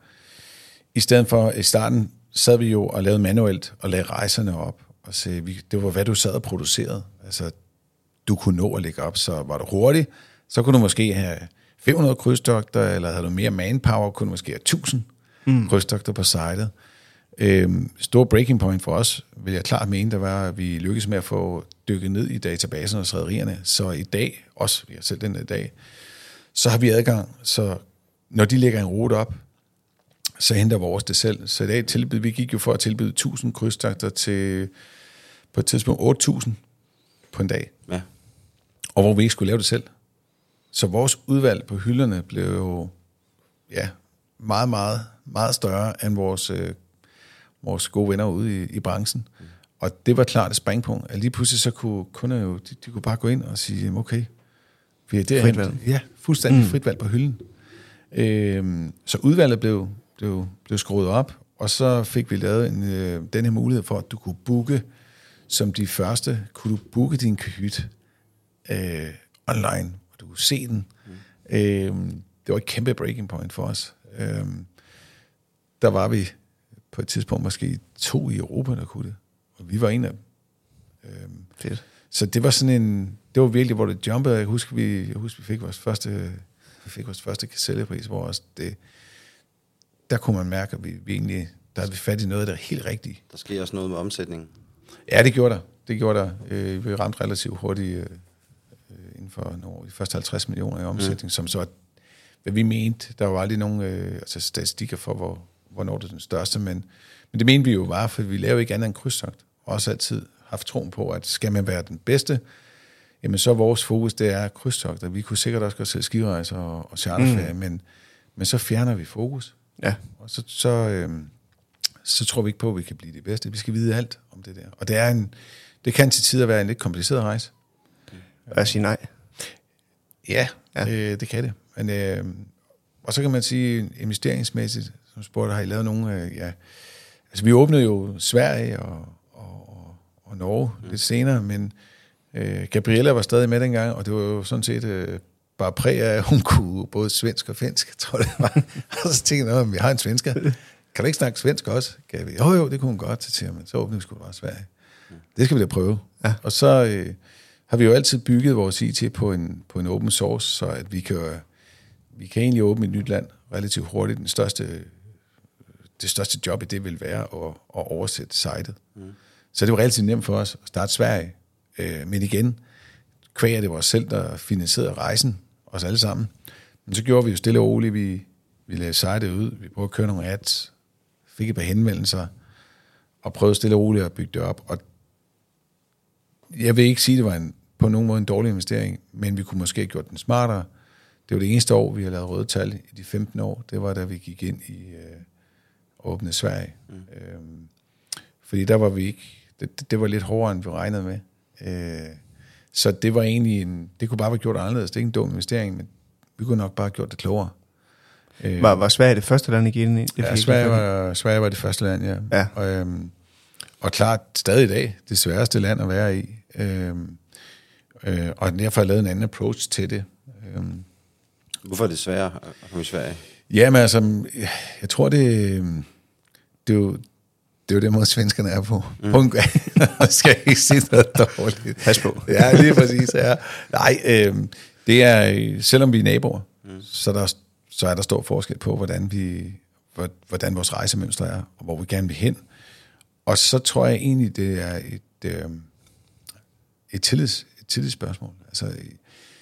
i stedet for, i starten sad vi jo og lavede manuelt og lagde rejserne op, og så, vi, det var, hvad du sad og producerede. Altså, du kunne nå at lægge op, så var du hurtig, så kunne du måske have fem hundrede krydstogter, eller havde du mere manpower, kunne du måske have tusind mm. krydstogter på sitet. Øhm, stor breaking point for os, vil jeg klart mene, der var, at vi lykkedes med at få dykket ned i databasen hos rederierne, så i dag, også vi har selv den i dag, så har vi adgang, så når de lægger en rute op, så henter vores det selv. Så i dag tilbyder, vi gik jo for at tilbyde tusind krydstogter til på et tidspunkt otte tusind på en dag. Ja. Og hvor vi ikke skulle lave det selv. Så vores udvalg på hylderne blev jo ja, meget, meget, meget større end vores, øh, vores gode venner ude i, i branchen. Mm. Og det var klart et springpunkt. At lige pludselig så kunne kunder jo, de, de kunne bare gå ind og sige, okay, vi er derhen. Fritvalg. Ja, fuldstændig mm. fritvalg på hylden. Øhm, så udvalget blev, blev, blev skruet op, og så fik vi lavet en, øh, den her mulighed for, at du kunne booke, som de første, kunne du booke din kahyt øh, online, og du kunne se den. Mm. Øhm, det var et kæmpe breaking point for os. Øhm, der var vi på et tidspunkt måske to i Europa, der kunne det, og vi var en af dem. Øhm, Fedt. Så det var sådan en, det var virkelig, hvor det jumpede. Jeg husker, vi, jeg husker, vi fik vores første, vi fik vores første kassellepris, hvor også det, der kunne man mærke, at vi, vi egentlig, der havde vi fat i noget, der er helt rigtigt. Der sker også noget med omsætningen. Ja, det gjorde der. Det gjorde der. Øh, vi ramte relativt hurtigt øh, inden for nogle, de første halvtreds millioner i omsætning, mm. som så, hvad vi mente, der var aldrig nogen øh, altså statistikker for, hvor, hvornår det er den største, men, men det mente vi jo var, for vi lavede ikke andet end krydstogt, og også altid haft troen på, at skal man være den bedste, jamen så vores fokus, det er krydstogt, og vi kunne sikkert også godt sælge skiverejser og, og charterferie, mm. men, men så fjerner vi fokus. Ja. Og så, så, øhm, så tror vi ikke på, at vi kan blive det bedste. Vi skal vide alt om det der. Og det, er en, det kan til tider være en lidt kompliceret rejse. Og jeg siger nej. Ja, ja. Øh, det kan det. Men, øh, og så kan man sige, investeringsmæssigt, som spurgte, har I lavet nogle... Øh, ja, altså vi åbnede jo Sverige og, og, og Norge mm. lidt senere, men øh, Gabriella var stadig med dengang, og det var jo sådan set øh, bare præg af, at hun kunne både svensk og finsk, tror det var. Og så tænkte jeg, at vi har en svensker. Kan du ikke snakke svensk også? Kan vi? Jo, jo, det kunne hun godt. Så siger man, så åbnede vi sgu bare Sverige. Mm. Det skal vi da prøve. Ja. Og så øh, har vi jo altid bygget vores I T på en, på en open source, så at vi kan, vi kan egentlig åbne et nyt land relativt hurtigt. Den største, det største job i det vil være at, at oversætte sitet. Mm. Så det var relativt nemt for os at starte Sverige. Øh, men igen, kvæg er det vores selv, der finansierede rejsen, os alle sammen. Men så gjorde vi jo stille og roligt, vi, vi lavede sitet ud, vi prøvede at køre nogle ads, fik et par henvendelser, og prøvede stille og roligt at bygge det op. Og jeg vil ikke sige, at det var en, på nogen måde en dårlig investering, men vi kunne måske have gjort den smartere. Det var det eneste år, vi har lavet røde tal i de femten år. Det var, da vi gik ind i øh, åbne Sverige. Mm. Øhm, fordi der var vi ikke... Det, det var lidt hårdere, end vi regnede med. Øh, så det var egentlig en... Det kunne bare være gjort anderledes. Det er ikke en dum investering, men vi kunne nok bare have gjort det klogere. Øh, var, var Sverige det første land, I gik ind i? Ja, Sverige var, Sverige var det første land, ja. ja. Og, øhm, og klart, stadig i dag, det sværeste land at være i. Øhm, øh, og derfor har jeg lavet en anden approach til det. Øhm. Hvorfor er det sværere at komme i Sverige? Jamen altså, jeg tror, det, det, er jo, det er jo det måde, svenskerne er på. Mm. Punkt. Skal jeg ikke sige noget dårligt. Pas på. Ja, lige præcis. Ja. Nej, øh, det er, selvom vi er naboer, mm. så, der, så er der stor forskel på, hvordan, vi, hvordan vores rejsemønster er, og hvor vi gerne vil hen. Og så tror jeg egentlig, det er et, øh, et, tillids, et tillidsspørgsmål. Altså, i,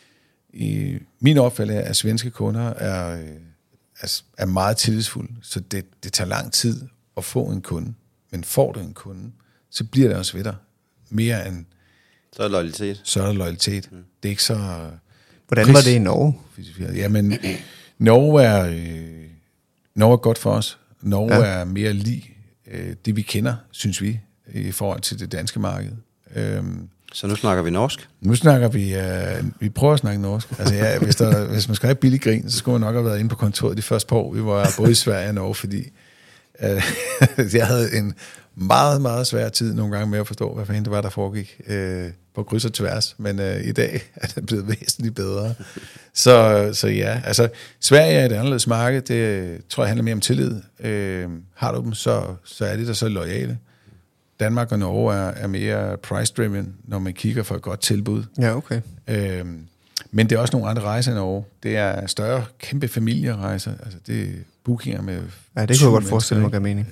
i min opfattelse er, at svenske kunder er, er, er meget tillidsfulde, så det, det tager lang tid at få en kunde. Men får du en kunde, så bliver det også ved dig. Mere end... Så er der loyalitet. Så er der loyalitet. Mm. Det er ikke så... Hvordan pris. var det i Norge? Jamen, Norge er, øh, Norge er godt for os. Norge ja. er mere lig øh, det, vi kender, synes vi, i forhold til det danske marked. Øhm, så nu snakker vi norsk? Nu snakker vi... Øh, vi prøver at snakke norsk. Altså, ja, hvis, der, hvis man skal have billig grin, så skulle man nok have været inde på kontoret de første par år. Vi var både i Sverige og Norge, fordi øh, jeg havde en meget, meget svær tid nogle gange med at forstå, hvad fanden det var, der foregik øh, på kryds og tværs. Men øh, i dag er det blevet væsentligt bedre. Så, så ja, altså Sverige er et anderledes marked. Det tror jeg handler mere om tillid. Øh, har du dem, så, så er det der så loyale. Danmark og Norge er, er mere price-driven, når man kigger for et godt tilbud. Ja, okay. Øh, men det er også nogle andre rejser i Norge. Det er større, kæmpe familierejser. Altså det er bookinger med... Ja, det kunne jeg godt forestille mig, gav mening.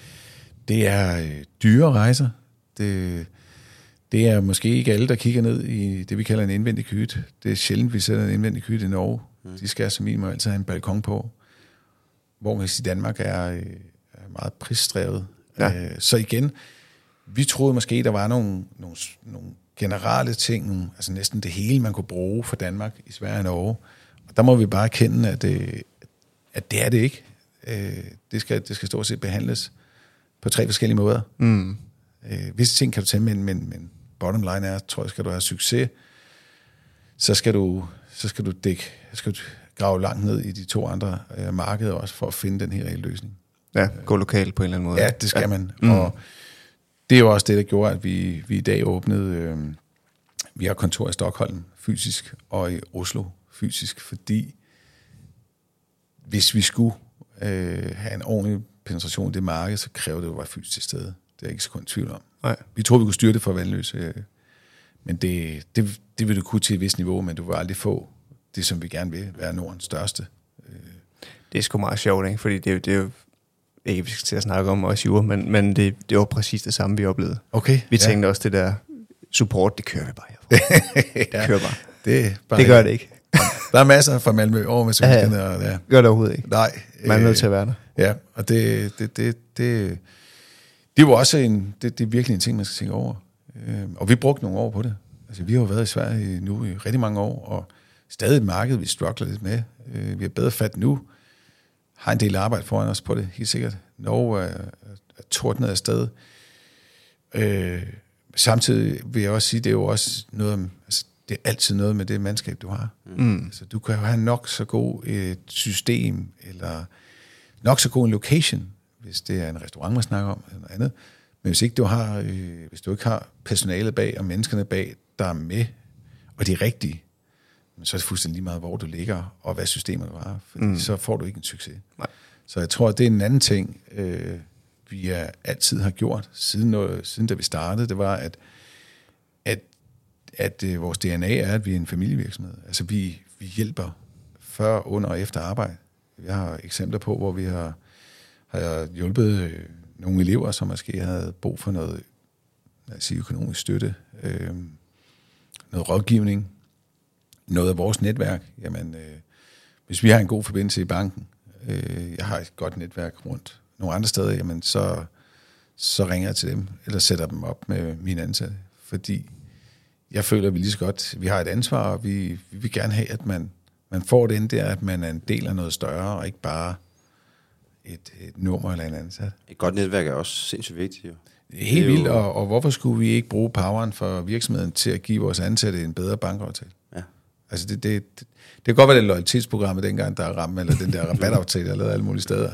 Det er øh, dyre rejser. Det, det er måske ikke alle, der kigger ned i det, vi kalder en indvendig kyt. Det er sjældent, vi sætter en indvendig kyt i Norge. Mm. De skal som minimum altid have en balkon på. Hvor man i Danmark er, er meget prisdrevet. Ja. Øh, så igen, vi troede måske, der var nogle, nogle, nogle generelle ting, nogle, altså næsten det hele, man kunne bruge for Danmark i Sverige og Norge. Og der må vi bare erkende, at det, at det er det ikke. Øh, det, skal, det skal stort set behandles på tre forskellige måder. Mm. Øh, visse ting kan du tage, men, men, men bottom line er, tror jeg, skal du have succes, så skal du, så skal du dække, skal du grave langt ned i de to andre øh, markeder også, for at finde den her løsning. Ja, gå lokalt på en eller anden måde. Ja, det skal ja. man. Mm. Og det er jo også det, der gjorde, at vi, vi i dag åbnede, øh, vi har kontor i Stockholm fysisk, og i Oslo fysisk, fordi hvis vi skulle øh, have en ordentlig penetration i det marked, så kræver det jo at være fysisk til stede. Det er jeg ikke så kun tvivl om. Nej. Vi tror, vi kunne styre det for Vanløse, øh, men det, det, det vil du kunne til et vist niveau, men du vil aldrig få det, som vi gerne vil, være Nordens største. Øh. Det er sgu meget sjovt, ikke? Fordi det er jo, det er jo ikke, vi skal til at snakke om os jure, men, men det, det var præcis det samme, vi oplevede. Okay. Vi tænkte ja. også, det der support, det kører vi bare herfra. Det ja. kører bare. Det, bare det gør det ikke. Der er masser fra Malmø over med svenskerne. Ja, og ja. Gør det overhovedet ikke. Nej. Man er nødt til at være der. Ja, og det, det, det, det, det er jo også en, det, det er virkelig en ting, man skal tænke over. Og vi brugte nogle år på det. Altså, vi har jo været i Sverige nu i rigtig mange år, og stadig et marked, vi struggler lidt med. Vi har bedre fat nu. Har en del arbejde foran os på det, helt sikkert. Norge er, er tordnet afsted. Øh, samtidig vil jeg også sige, det er jo også noget, altså, det er altid noget med det mandskab, du har. Mm. Altså, du kan jo have nok så god et system, eller nok så god en location, hvis det er en restaurant, man snakker om, eller noget andet. Men hvis ikke du har, øh, hvis du ikke har personalet bag, og menneskerne bag, der er med, og de er rigtige, så er det fuldstændig lige meget, hvor du ligger, og hvad systemet du har, fordi mm. så får du ikke en succes. Nej. Så jeg tror, at det er en anden ting, øh, vi er, altid har gjort, siden, noget, siden da vi startede, det var, at, at, at øh, vores D N A er, at vi er en familievirksomhed. Altså, vi, vi hjælper før, under og efter arbejde. Jeg har eksempler på, hvor vi har, har hjulpet øh, nogle elever, som måske havde brug for noget, lad os sige, økonomisk støtte, øh, noget rådgivning, noget af vores netværk. Jamen, øh, hvis vi har en god forbindelse i banken, øh, jeg har et godt netværk rundt nogle andre steder, jamen så, så ringer jeg til dem, eller sætter dem op med mine ansatte, fordi jeg føler, at vi lige så godt, vi har et ansvar, og vi, vi vil gerne have, at man, man får det ind der, at man er en del af noget større, og ikke bare et, et nummer eller en ansat. Et godt netværk er også sindssygt vigtigt, jo. Det er helt det er vildt, jo... og, og hvorfor skulle vi ikke bruge poweren for virksomheden til at give vores ansatte en bedre bankaftale? Ja. Altså det, det, det, det kan godt være det loyalitetsprogrammet dengang, der er ramt, eller den der rabataftale, der er lavet alle mulige steder,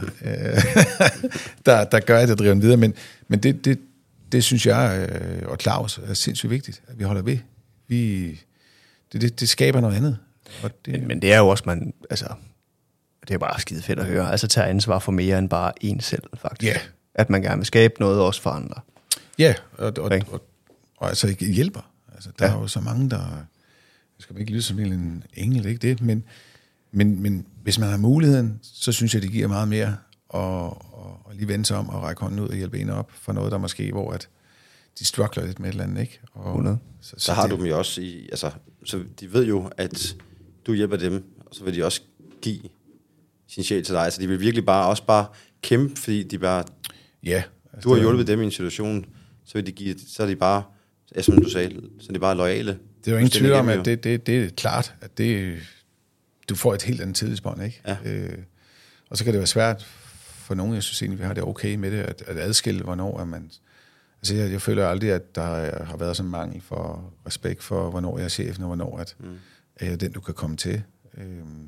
der, der gør, at det driver den videre, men, men det, det, det synes jeg, og Claus, er sindssygt vigtigt, at vi holder ved. Vi, det, det, det skaber noget andet. Og det, men, men det er jo også, man, altså, det er bare skide fedt at høre, altså tage ansvar for mere end bare en selv, faktisk. Ja, at man gerne vil skabe noget også for andre. Ja, og, og, og, og, og altså ikke hjælper. Altså, der ja. er jo så mange, der... Jeg skal ikke lyde som en engel, ikke det, men, men, men hvis man har muligheden, så synes jeg, det giver meget mere at, at lige vende sig om og række hånden ud og hjælpe en op for noget, der måske, hvor at de struggler lidt med et eller andet, ikke? Og, så, så, så har det, du dem jo også i... Altså, så de ved jo, at du hjælper dem, og så vil de også give sin sjæl til dig. Så de vil virkelig bare også bare kæmpe, fordi de bare... Ja. Altså, du har hjulpet dem i en situation, så vil de give... Så er de bare, ja, som du sagde, så er de bare loyale. Det er jo ingen tvivl om, at det, det, det er klart, at det, du får et helt andet tidsbånd, ikke? Ja. Øh, og så kan det være svært for nogen, jeg synes egentlig, vi har det okay med det, at, at adskille, hvornår er man... Altså, jeg, jeg føler aldrig, at der har været sådan en mangel for respekt for, hvornår jeg er chefen, og hvornår at, mm. er jeg den, du kan komme til. Øh,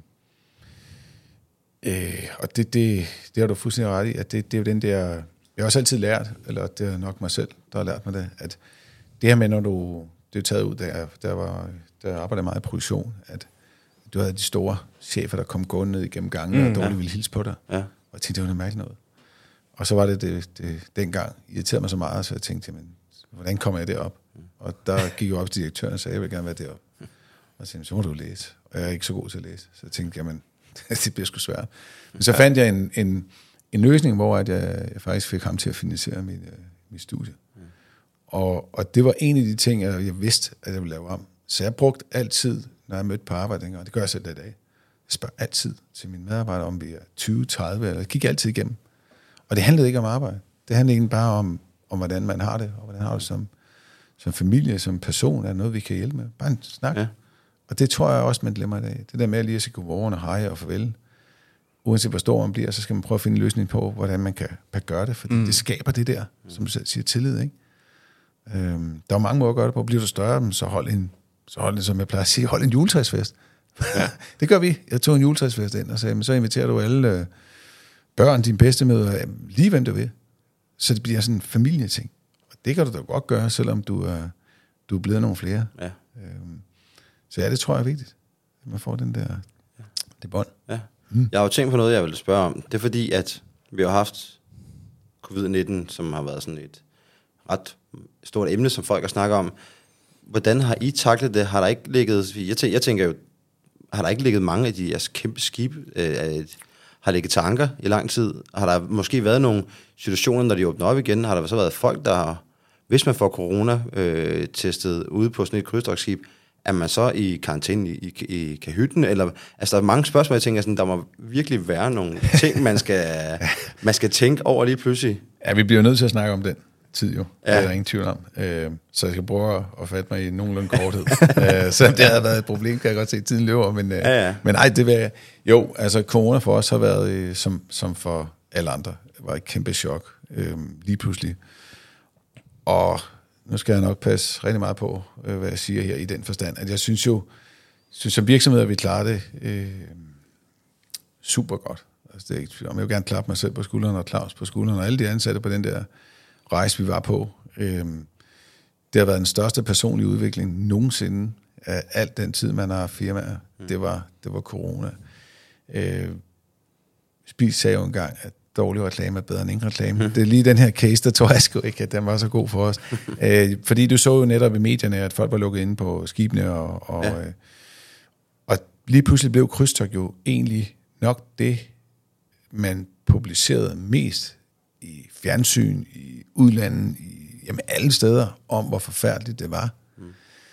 øh, og det, det, det har du fuldstændig ret i, at det, det er jo den der... Jeg har også altid lært, eller det er nok mig selv, der har lært mig det, at det her med, når du... Det er taget ud, der, der, var, der arbejdede meget i produktion, at du havde de store chefer, der kom gående ned igennem gangen, mm, og dårligt ja. ville hilse på dig. Ja. Og jeg tænkte, det var noget mærkeligt noget. Og så var det, det, det dengang irriterede mig så meget, så jeg tænkte, jamen, hvordan kommer jeg derop? Mm. Og der gik jeg op til direktøren og sagde, jeg vil gerne være deroppe. Mm. Og jeg tænkte, så må du læse. Og jeg er ikke så god til at læse. Så jeg tænkte, jamen, det bliver sgu svært. Men så fandt jeg en, en, en løsning, hvor jeg, jeg faktisk fik ham til at finansiere min, min studie. Mm. Og, og det var en af de ting, jeg, jeg vidste, at jeg ville lave om. Så jeg brugte altid, når jeg mødte på arbejde, og det gør jeg selv i dag, jeg spørger altid til mine medarbejdere, om vi er tyve, tredive, eller jeg gik altid igennem. Og det handlede ikke om arbejde. Det handlede ikke bare om, om hvordan man har det, og hvordan har det som, som familie, som person, er noget, vi kan hjælpe med. Bare en snak. Ja. Og det tror jeg også, man glemmer i dag. Det der med at lige at sige godmorgen og hej og farvel. Uanset hvor stor man bliver, så skal man prøve at finde en løsning på, hvordan man kan, kan gøre det. Fordi mm. det skaber det der, som du selv siger, tillid, ikke? Øhm, der er mange måder at gøre det på. Bliver du større, så hold en, så hold en, som jeg plejer at sige, hold en juletræsfest. Ja. Det gør vi. Jeg tog en juletræsfest ind og sagde, men så inviterer du alle øh, børn, dine bedstemødre, lige hvem du vil. Så det bliver sådan en familieting. Og det kan du da godt gøre, selvom du er, du er blevet nogle flere. Ja. Øhm, så ja, det tror jeg er vigtigt, at man får den der, ja. det bånd. Ja. Mm. Jeg har jo tænkt på noget, jeg ville spørge om. Det er fordi, at vi har haft covid nitten, som har været sådan et ret stort emne, som folk har snakket om. Hvordan har I taklet det? Har der ikke ligget, jeg tænker, jeg tænker jo, har der ikke ligget mange af de jeres kæmpe skibe, øh, har ligget til anker i lang tid? Har der måske været nogle situationer, når de åbner op igen? Har der så været folk, der har, hvis man får corona-testet øh, ude på sådan et krydstogtskib, er man så i karantæne i, i, i kahytten? Eller, altså, der er mange spørgsmål, jeg tænker, sådan, der må virkelig være nogle ting, man skal, man skal tænke over lige pludselig. Ja, vi bliver nødt til at snakke om den tid jo. Ja. Det er der ingen tvivl om. Øh, så jeg skal prøve at fatte mig i nogenlunde korthed. øh, så det har været et problem, kan jeg godt se, at tiden løber. Men, øh, ja, ja. men ej, det var... Jo, altså corona for os har været, øh, som, som for alle andre, var et kæmpe chok. Øh, lige pludselig. Og nu skal jeg nok passe rigtig meget på, øh, hvad jeg siger her i den forstand, at jeg synes jo, synes som virksomhed, at vi klarer det øh, super godt. Altså, det er ikke, jeg vil gerne klappe mig selv på skulderen, og Claus på skulderen, og alle de ansatte på den der rejse, vi var på. Øh, det har været den største personlige udvikling nogensinde af alt den tid, man har haft firmaer. Mm. Det var, det var corona. Øh, Spis sagde jo engang, at dårlig reklame er bedre end ingen reklame. Mm. Det er lige den her case, der tror jeg sgu ikke, at den var så god for os. øh, fordi du så jo netop i medierne, at folk var lukket inde på skibene, og, og, ja. øh, og lige pludselig blev krydstogt jo egentlig nok det, man publicerede mest i fjernsyn, i udlandet, i jamen alle steder, om hvor forfærdeligt det var. Mm.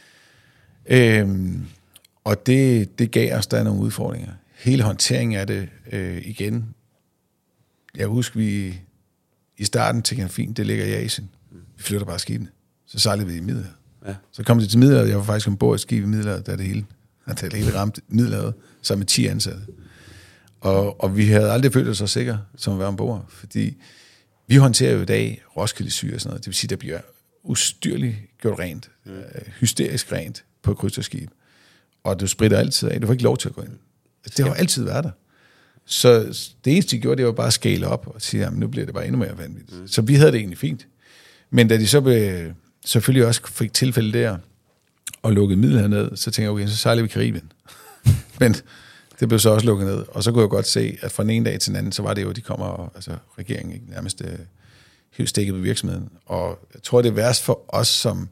Øhm, og det, det gav os der nogle udfordringer. Hele håndteringen af det øh, igen. Jeg husker, vi i starten tænkte, fint, det ligger i Asien. Vi flytter bare skibene. Så sejlede vi i Middelhavet. Ja. Så kom det til Middelhavet. Jeg var faktisk ombord i skib i Middelhavet, da det hele, da det hele ramte Middelhavet, sammen med ti ansatte. Og, og vi havde aldrig følt os så sikre, som at være ombord, fordi vi håndterer jo i dag Roskilde-syge og sådan noget. Det vil sige, der bliver ustyrligt gjort rent, mm. hysterisk rent på et krydstogtskib. Og du spritter altid af. Du får ikke lov til at gå ind. Det har jo altid været der. Så det eneste, de gjorde, det var bare at scale op og sige, jamen nu bliver det bare endnu mere vanvittigt. Mm. Så vi havde det egentlig fint. Men da de så be, selvfølgelig også fik tilfælde der og lukkede Middelhavet ned, så tænkte jeg, okay, så sejler vi Karibien. Men det blev så også lukket ned. Og så kunne jeg godt se, at fra den ene dag til den anden, så var det jo, de kommer, og, altså regeringen ikke nærmest hive stikket på virksomheden. Og jeg tror, det er værst for os, som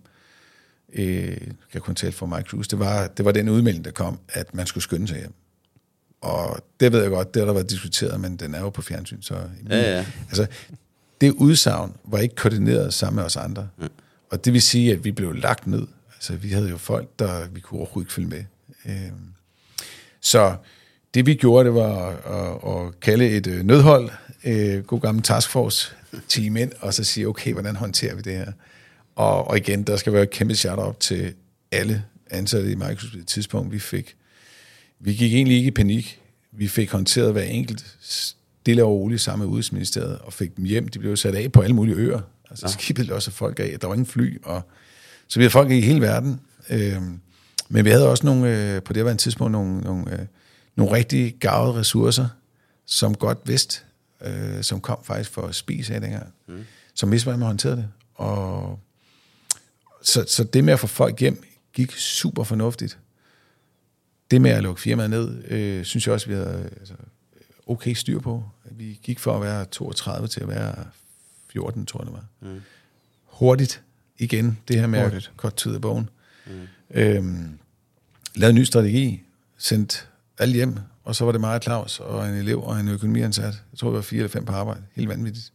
øh, kan kun tale for Mike Cruz, det var, det var den udmelding, der kom, at man skulle skynde sig hjem. Og det ved jeg godt, det har der været diskuteret, men den er jo på fjernsyn, så... Ja, ja. Altså, det udsagn var ikke koordineret sammen med os andre. Mm. Og det vil sige, at vi blev lagt ned. Altså, vi havde jo folk, der vi kunne overhovedet ikke følge med. Øh, så det vi gjorde, det var at, at kalde et øh, nødhold, øh, god gammel taskforce team ind, og så sige, okay, hvordan håndterer vi det her? Og, og igen, der skal være et kæmpe shout-out til alle ansatte i Microsoft på det tidspunkt, vi fik. Vi gik egentlig ikke i panik. Vi fik håndteret hver enkelt stille og roligt sammen med Udenrigsministeriet, og fik dem hjem. De blev sat af på alle mulige øer. Altså ja. Skibet lød også folk af. Der var ingen fly, og så vi havde folk i hele verden. Øh, men vi havde også nogle, øh, på det var en tidspunkt nogle, nogle, øh, nogle rigtig gavede ressourcer, som godt vidste, øh, som kom faktisk for at spise af dengang, mm. som vidste, hvordan man håndterede det. Og så, så det med at få folk hjem gik super fornuftigt. Det med at lukke firmaet ned, øh, synes jeg også, vi havde altså, okay styr på. Vi gik for at være toogtredive til at være fjorten, tror jeg det var. Mm. Hurtigt igen, det her med Hurtigt. At cut to the bone. Mm. Øhm, lavede en ny strategi, sendt alle hjem, og så var det meget Claus og en elev og en økonomiansat. Jeg tror, vi var fire eller fem på arbejde. Helt vanvittigt.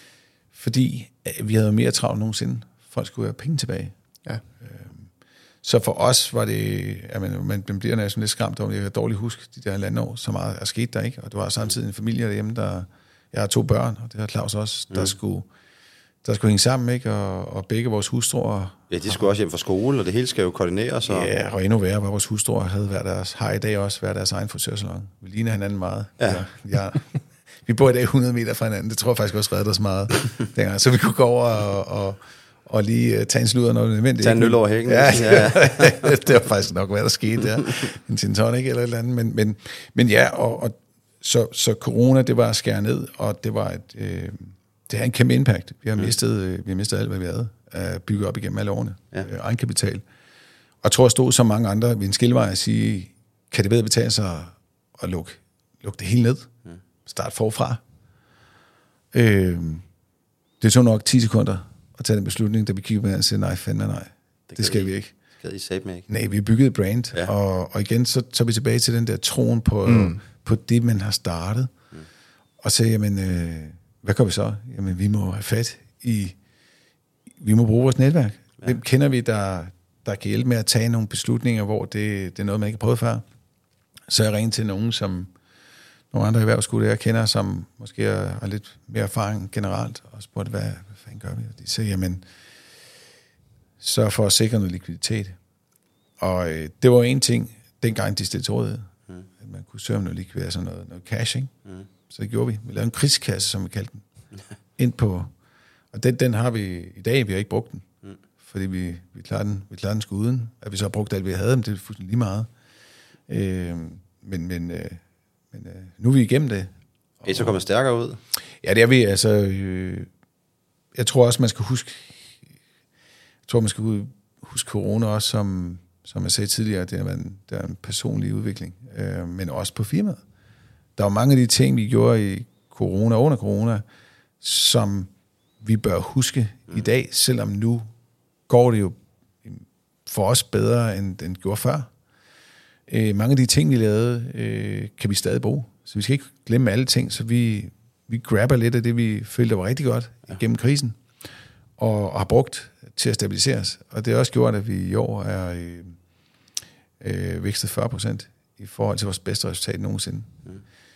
Fordi vi havde mere travlt end nogensinde. Folk skulle have penge tilbage. Ja. Øhm, så for os var det, jamen, man bliver næsten lidt skræmt om, jeg kan dårligt huske de der landår, så meget er sket der ikke. Og det var samtidig en familie derhjemme, der, jeg har to børn, og det har Claus også, der mm. skulle der skulle hænge sammen, ikke? Og, og begge vores hustruer... Ja, de skulle også hjem fra skole, og det hele skal jo koordineres. Og... Ja, og endnu værre var vores hustruer havde hver deres, har i dag også været deres egen frisørsalon. Vi ligner hinanden meget. Ja. Ja, ja. Vi bor i dag hundrede meter fra hinanden, det tror jeg faktisk også reddede os meget dengang. Så vi kunne gå over og, og, og lige tage en sludder, når det er nødvendigt. Tage en øl over hækken. Ja, ja. Det var faktisk nok, hvad der skete der. En gin tonic eller et eller andet. Men, men, men ja, og, og så, så corona, det var at skære ned, og det var et... Øh, det har en kæmpe impact. Vi har mistet, vi har mistet alt, hvad vi havde at bygge op igennem alle årene. Ja. Øh, egenkapital. Og jeg tror, jeg stod som mange andre ved en skillevej og sige, kan det bedre betale sig at lukke, lukke det hele ned? Mm. Start forfra. Øh, det tog nok ti sekunder at tage den beslutning, da vi kiggede på den og sagde, nej, fandme nej. Det, det skal vi ikke. Skal I sætte mig ikke? Nej, vi byggede et brand. Ja. Og, og igen, så tager vi tilbage til den der troen på, mm. på det, man har startet. Mm. Og så, jamen... Øh, hvad gør vi så? Jamen, vi må have fat i... Vi må bruge vores netværk. Ja. Hvem kender vi, der, der kan hjælpe med at tage nogle beslutninger, hvor det, det er noget, man ikke har prøvet før? Så er jeg ringet til nogen, som... Nogle andre erhvervsskoler, jeg kender, som måske har lidt mere erfaring generelt, og spurgte, hvad, hvad fanden gør vi? Og de siger, jamen... Sørg for at sikre noget likviditet. Og øh, det var en ting, dengang de stillede til rådighed. Mm. At man kunne søge om noget likviditet, altså noget, noget cash, ikke? Mm. Så det gjorde vi. Vi lavede en krigskasse, som vi kaldte den, ind på. Og den, den har vi i dag, vi har ikke brugt den. Mm. Fordi vi, vi klarer den, vi klarer den sgu uden. At vi så har brugt alt, vi havde, men det er fuldstændig lige meget. Øh, men men, øh, men øh, nu er vi igennem det. Er I så kommet stærkere ud? Ja, det er vi. Altså, øh, jeg tror også, man skal huske, jeg tror, man skal huske corona også, som, som jeg sagde tidligere, det er en, det er en personlig udvikling. Øh, men også på firmaet. Der var mange af de ting, vi gjorde i corona, under corona, som vi bør huske mm. i dag, selvom nu går det jo for os bedre, end den gjorde før. Øh, mange af de ting, vi lavede, øh, kan vi stadig bruge. Så vi skal ikke glemme alle ting, så vi, vi grabber lidt af det, vi følte var rigtig godt ja. Gennem krisen, og, og har brugt til at stabiliseres. Og det har også gjort, at vi i år er øh, øh, vækstet fyrre procent i forhold til vores bedste resultat nogensinde. Mm.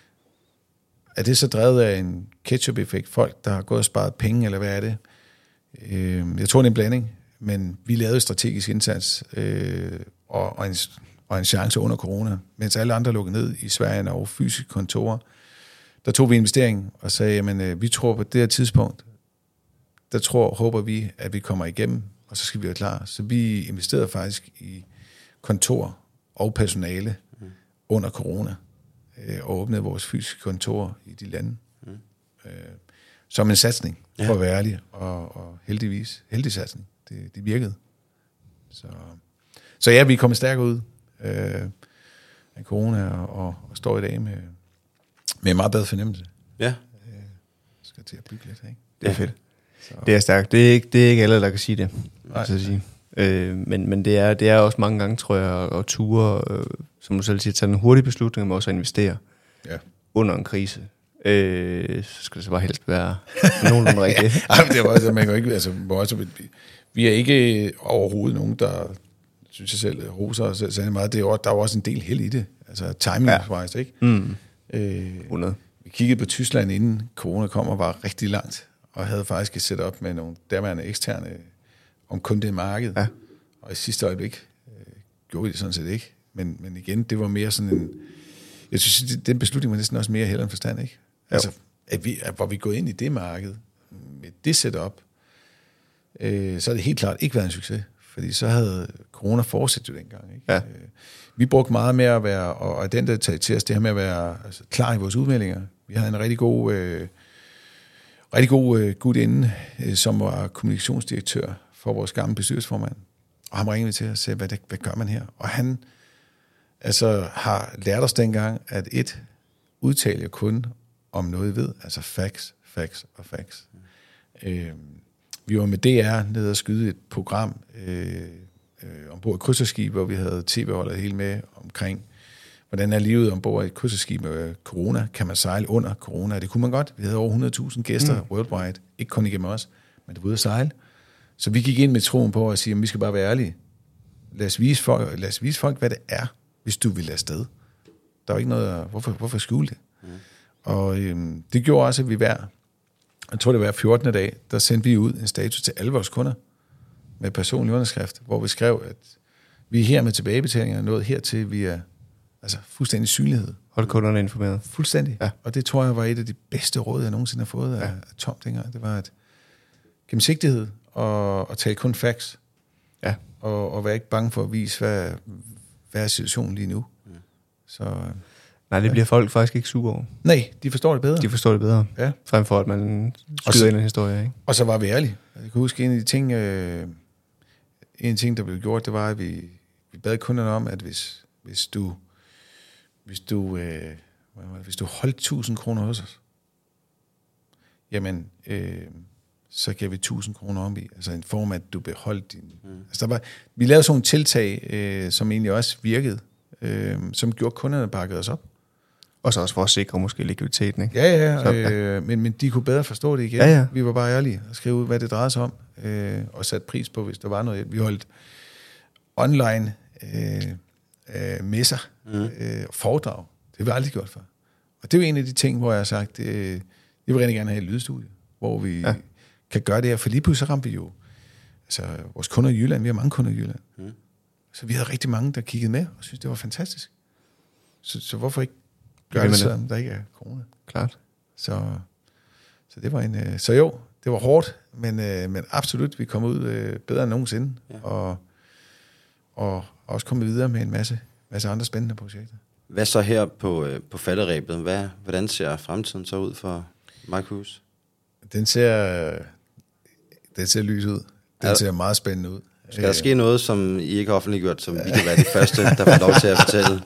Er det så drevet af en ketchup-effekt? Folk, der har gået og sparet penge, eller hvad er det? Øh, jeg tror, det er en blanding, men vi lavede strategisk indsats øh, og, og, en, og en chance under corona, mens alle andre lukkede ned i Sverige og fysiske kontorer. Der tog vi investering og sagde, jamen øh, vi tror på det her tidspunkt, der tror håber vi, at vi kommer igennem, og så skal vi være klar. Så vi investerede faktisk i kontor og personale mm. under corona, og åbnede vores fysiske kontor i de lande. Mm. Øh, som en satsning, ja. For at være ærlig, og, og heldigvis, heldig satsning. Det, det virkede. Så, så ja, vi er kommet stærkere ud øh, af corona, og, og, og står i dag med, med en meget bedre fornemmelse. Ja. Øh, skal til at bygge lidt, ikke? Det er ja. Fedt. Så. Det er stærkt. Det er ikke, det er ikke alle, der kan sige det. Nej. Så at sige. Øh, men men det, er, det er også mange gange, tror jeg, at ture, øh, som du selv siger, tage en hurtig beslutning, men også at investere ja. under en krise. Øh, så skal det så bare helst være nogenlunde rigtigt. Ja, det er også, man kan ikke, altså, også, vi er ikke overhovedet nogen, der synes jeg selv roser os selv meget. Det er, der er jo også en del held i det. Altså timing-wise, ja. ikke? Mm. Øh, vi kiggede på Tyskland, inden corona kom og var rigtig langt, og havde faktisk et setup med nogle derværende eksterne om kun det marked. Ja. Og i sidste øjeblik øh, gjorde vi det sådan set ikke. Men, men igen, det var mere sådan en... Jeg synes, det, den beslutning var næsten også mere held end forstand, ikke? Jo. Altså, at vi, at, hvor vi går ind i det marked, med det setup, øh, så har det helt klart ikke været en succes. Fordi så havde corona fortsat jo dengang, ikke? Ja. Øh, vi brugte meget med at være, og identitet til os, det her med at være altså, klar i vores udmeldinger. Vi havde en rigtig god... Øh, rigtig god øh, gut inde, øh, som var kommunikationsdirektør for vores gamle bestyrelsesformand. Og han ringede vi til og sagde, hvad, det, hvad gør man her? Og han altså, har lært os dengang, at et, udtale jo kun om noget ved, altså facts, facts og facts. Mm. Øh, vi var med D R nede og skyde et program øh, øh, ombord et krydserskib, hvor vi havde tv-holdet helt med omkring, hvordan er livet ombord i et krydserskib med corona? Kan man sejle under corona? Det kunne man godt. Vi havde over hundrede tusind gæster mm. worldwide. Ikke kun igennem os, men det var ude at sejle. Så vi gik ind med troen på at sige, at vi skal bare være ærlige. Lad os vise folk, lad os vise folk hvad det er, hvis du vil afsted. Der er ikke noget, hvorfor, hvorfor skjule det? Mm. Og øhm, det gjorde også, at vi hver, jeg tror det var fjortende dag, der sendte vi ud en status til alle vores kunder med personlig underskrift, hvor vi skrev, at vi er her med tilbagebetalinger, nået hertil via altså fuldstændig synlighed. Hold kunderne informeret. Fuldstændig. Ja. Og det tror jeg var et af de bedste råd, jeg nogensinde har fået af, ja. af Tom dengang. Det var et gennemsigtighed og, og tale kun facts. Ja. Og, og være ikke bange for at vise, hvad, hvad er situationen lige nu. Mm. Så, Nej, det bliver ja. folk faktisk ikke sure over. Nej, de forstår det bedre. De forstår det bedre. Ja. Frem for, at man skyder ind en historie, ikke? Og så var vi ærlige. Jeg kan huske, en af de ting, øh, en ting, der blev gjort, det var, at vi, vi bad kunderne om, at hvis, hvis du Hvis du, øh, hvis du holdt tusind kroner hos os, jamen, øh, så giver vi tusind kroner om i. Altså en form, at du beholdt din... Mm. Altså der var, vi lavede sådan nogle tiltag, øh, som egentlig også virkede, øh, som gjorde kunderne bakket os op. Og så også for at sikre måske likviditeten, ikke? Ja, ja, så, ja. Øh, men, men de kunne bedre forstå det igen. Ja, ja. Vi var bare ærlige og skrev ud, hvad det drejede sig om, øh, og satte pris på, hvis der var noget. Vi holdt online... Øh, Øh, messer, mm. øh, foredrag. Det har vi aldrig gjort før. Og det er jo en af de ting, hvor jeg har sagt, øh, jeg vil rigtig gerne have et lydstudie, hvor vi ja. kan gøre det her, for lige pludselig så ramte vi jo altså, vores kunder i Jylland, vi har mange kunder i Jylland. Mm. Så vi havde rigtig mange, der kiggede med, og synes det var fantastisk. Så, så hvorfor ikke gøre det, selvom der ikke er corona? Klart. Så, så det var en, øh, så jo, det var hårdt, men, øh, men absolut, vi kom ud øh, bedre end nogensinde, ja. og og også komme videre med en masse, masse andre spændende projekter. Hvad så her på, øh, på falderæbet? Hvad, hvordan ser fremtiden så ud for MyCruise? Den ser, den ser lys ud. Den ja. ser meget spændende ud. Skal der ske noget, som I ikke har offentliggjort, som vi kan være de første, der får lov til at fortælle?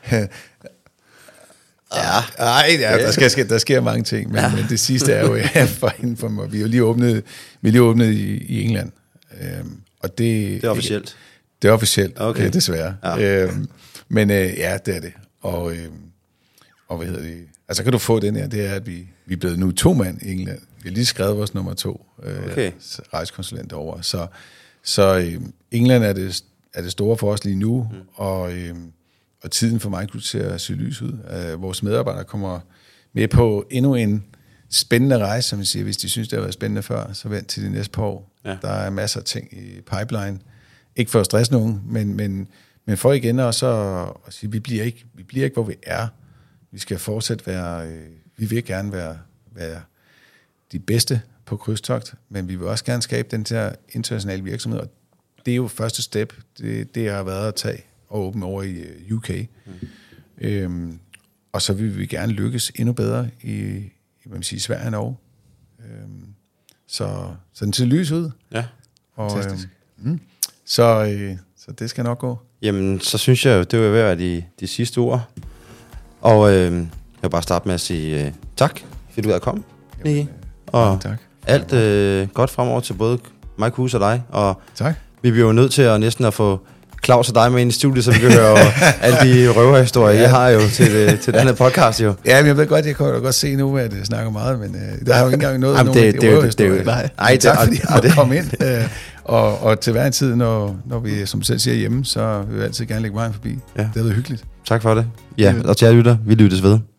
Ja, nej, ja, der, skal, der sker mange ting, men, ja. men det sidste er jo, ja, for inden for mig, vi har lige åbnet, vi lige åbnet i, i England. Øhm, og det, det er officielt? Ikke, det er officielt, okay. øh, desværre. Ja. Øhm, men øh, ja, det er det. Og, øh, og hvad hedder det? Altså kan du få den her, det er, at vi, vi er blevet nu to mand i England. Vi har lige skrevet vores nummer to øh, okay. rejsekonsulent over. Så, så øh, England er det, er det store for os lige nu, mm. og, øh, og tiden for mig ser at se lys ud. Øh, vores medarbejdere kommer med på endnu en spændende rejse, som jeg siger. Hvis de synes, det har været spændende før, så vent til de næste par år. Ja. Der er masser af ting i pipeline. Ikke for at stresse nogen, men, men, men for igen også at sige, vi bliver ikke, vi bliver ikke, hvor vi er. Vi skal fortsat være, øh, vi vil gerne være, være de bedste på krydstogt, men vi vil også gerne skabe den der internationale virksomhed, og det er jo første step, det, det har været at tage og åbne over i U K. Mm. Øhm, og så vil vi gerne lykkes endnu bedre i, i hvad man siger, Sverige og Norge. Øhm, så, så den ser lys ud. Ja, og, fantastisk. Øhm, mm, så, øh, så det skal nok gå. Jamen, så synes jeg jo, det vil være de, de sidste ord. Og øh, jeg vil bare starte med at sige øh, tak, fordi du er kommet. Jamen, øh, og tak. alt øh, godt fremover til både Mike Hus og dig. Og tak. Vi bliver jo nødt til at næsten at få Claus og dig med ind i studiet, så vi kan høre alle de røverhistorier, ja. jeg har jo til det, til det andet podcast jo. Ja, men jeg ved godt, jeg kan jo godt se nu, at jeg snakker meget, men øh, der har jo ikke engang noget Jamen, det, det, det, det, det, Nej, Ej, tak fordi jeg måtte komme ind. Øh, og, og til hver en tid, når, når vi som selv siger hjemme, så vil vi altid gerne lægge vejen forbi. Ja. Det har været hyggeligt. Tak for det. Ja, og til jer lytter, vi lyttes ved.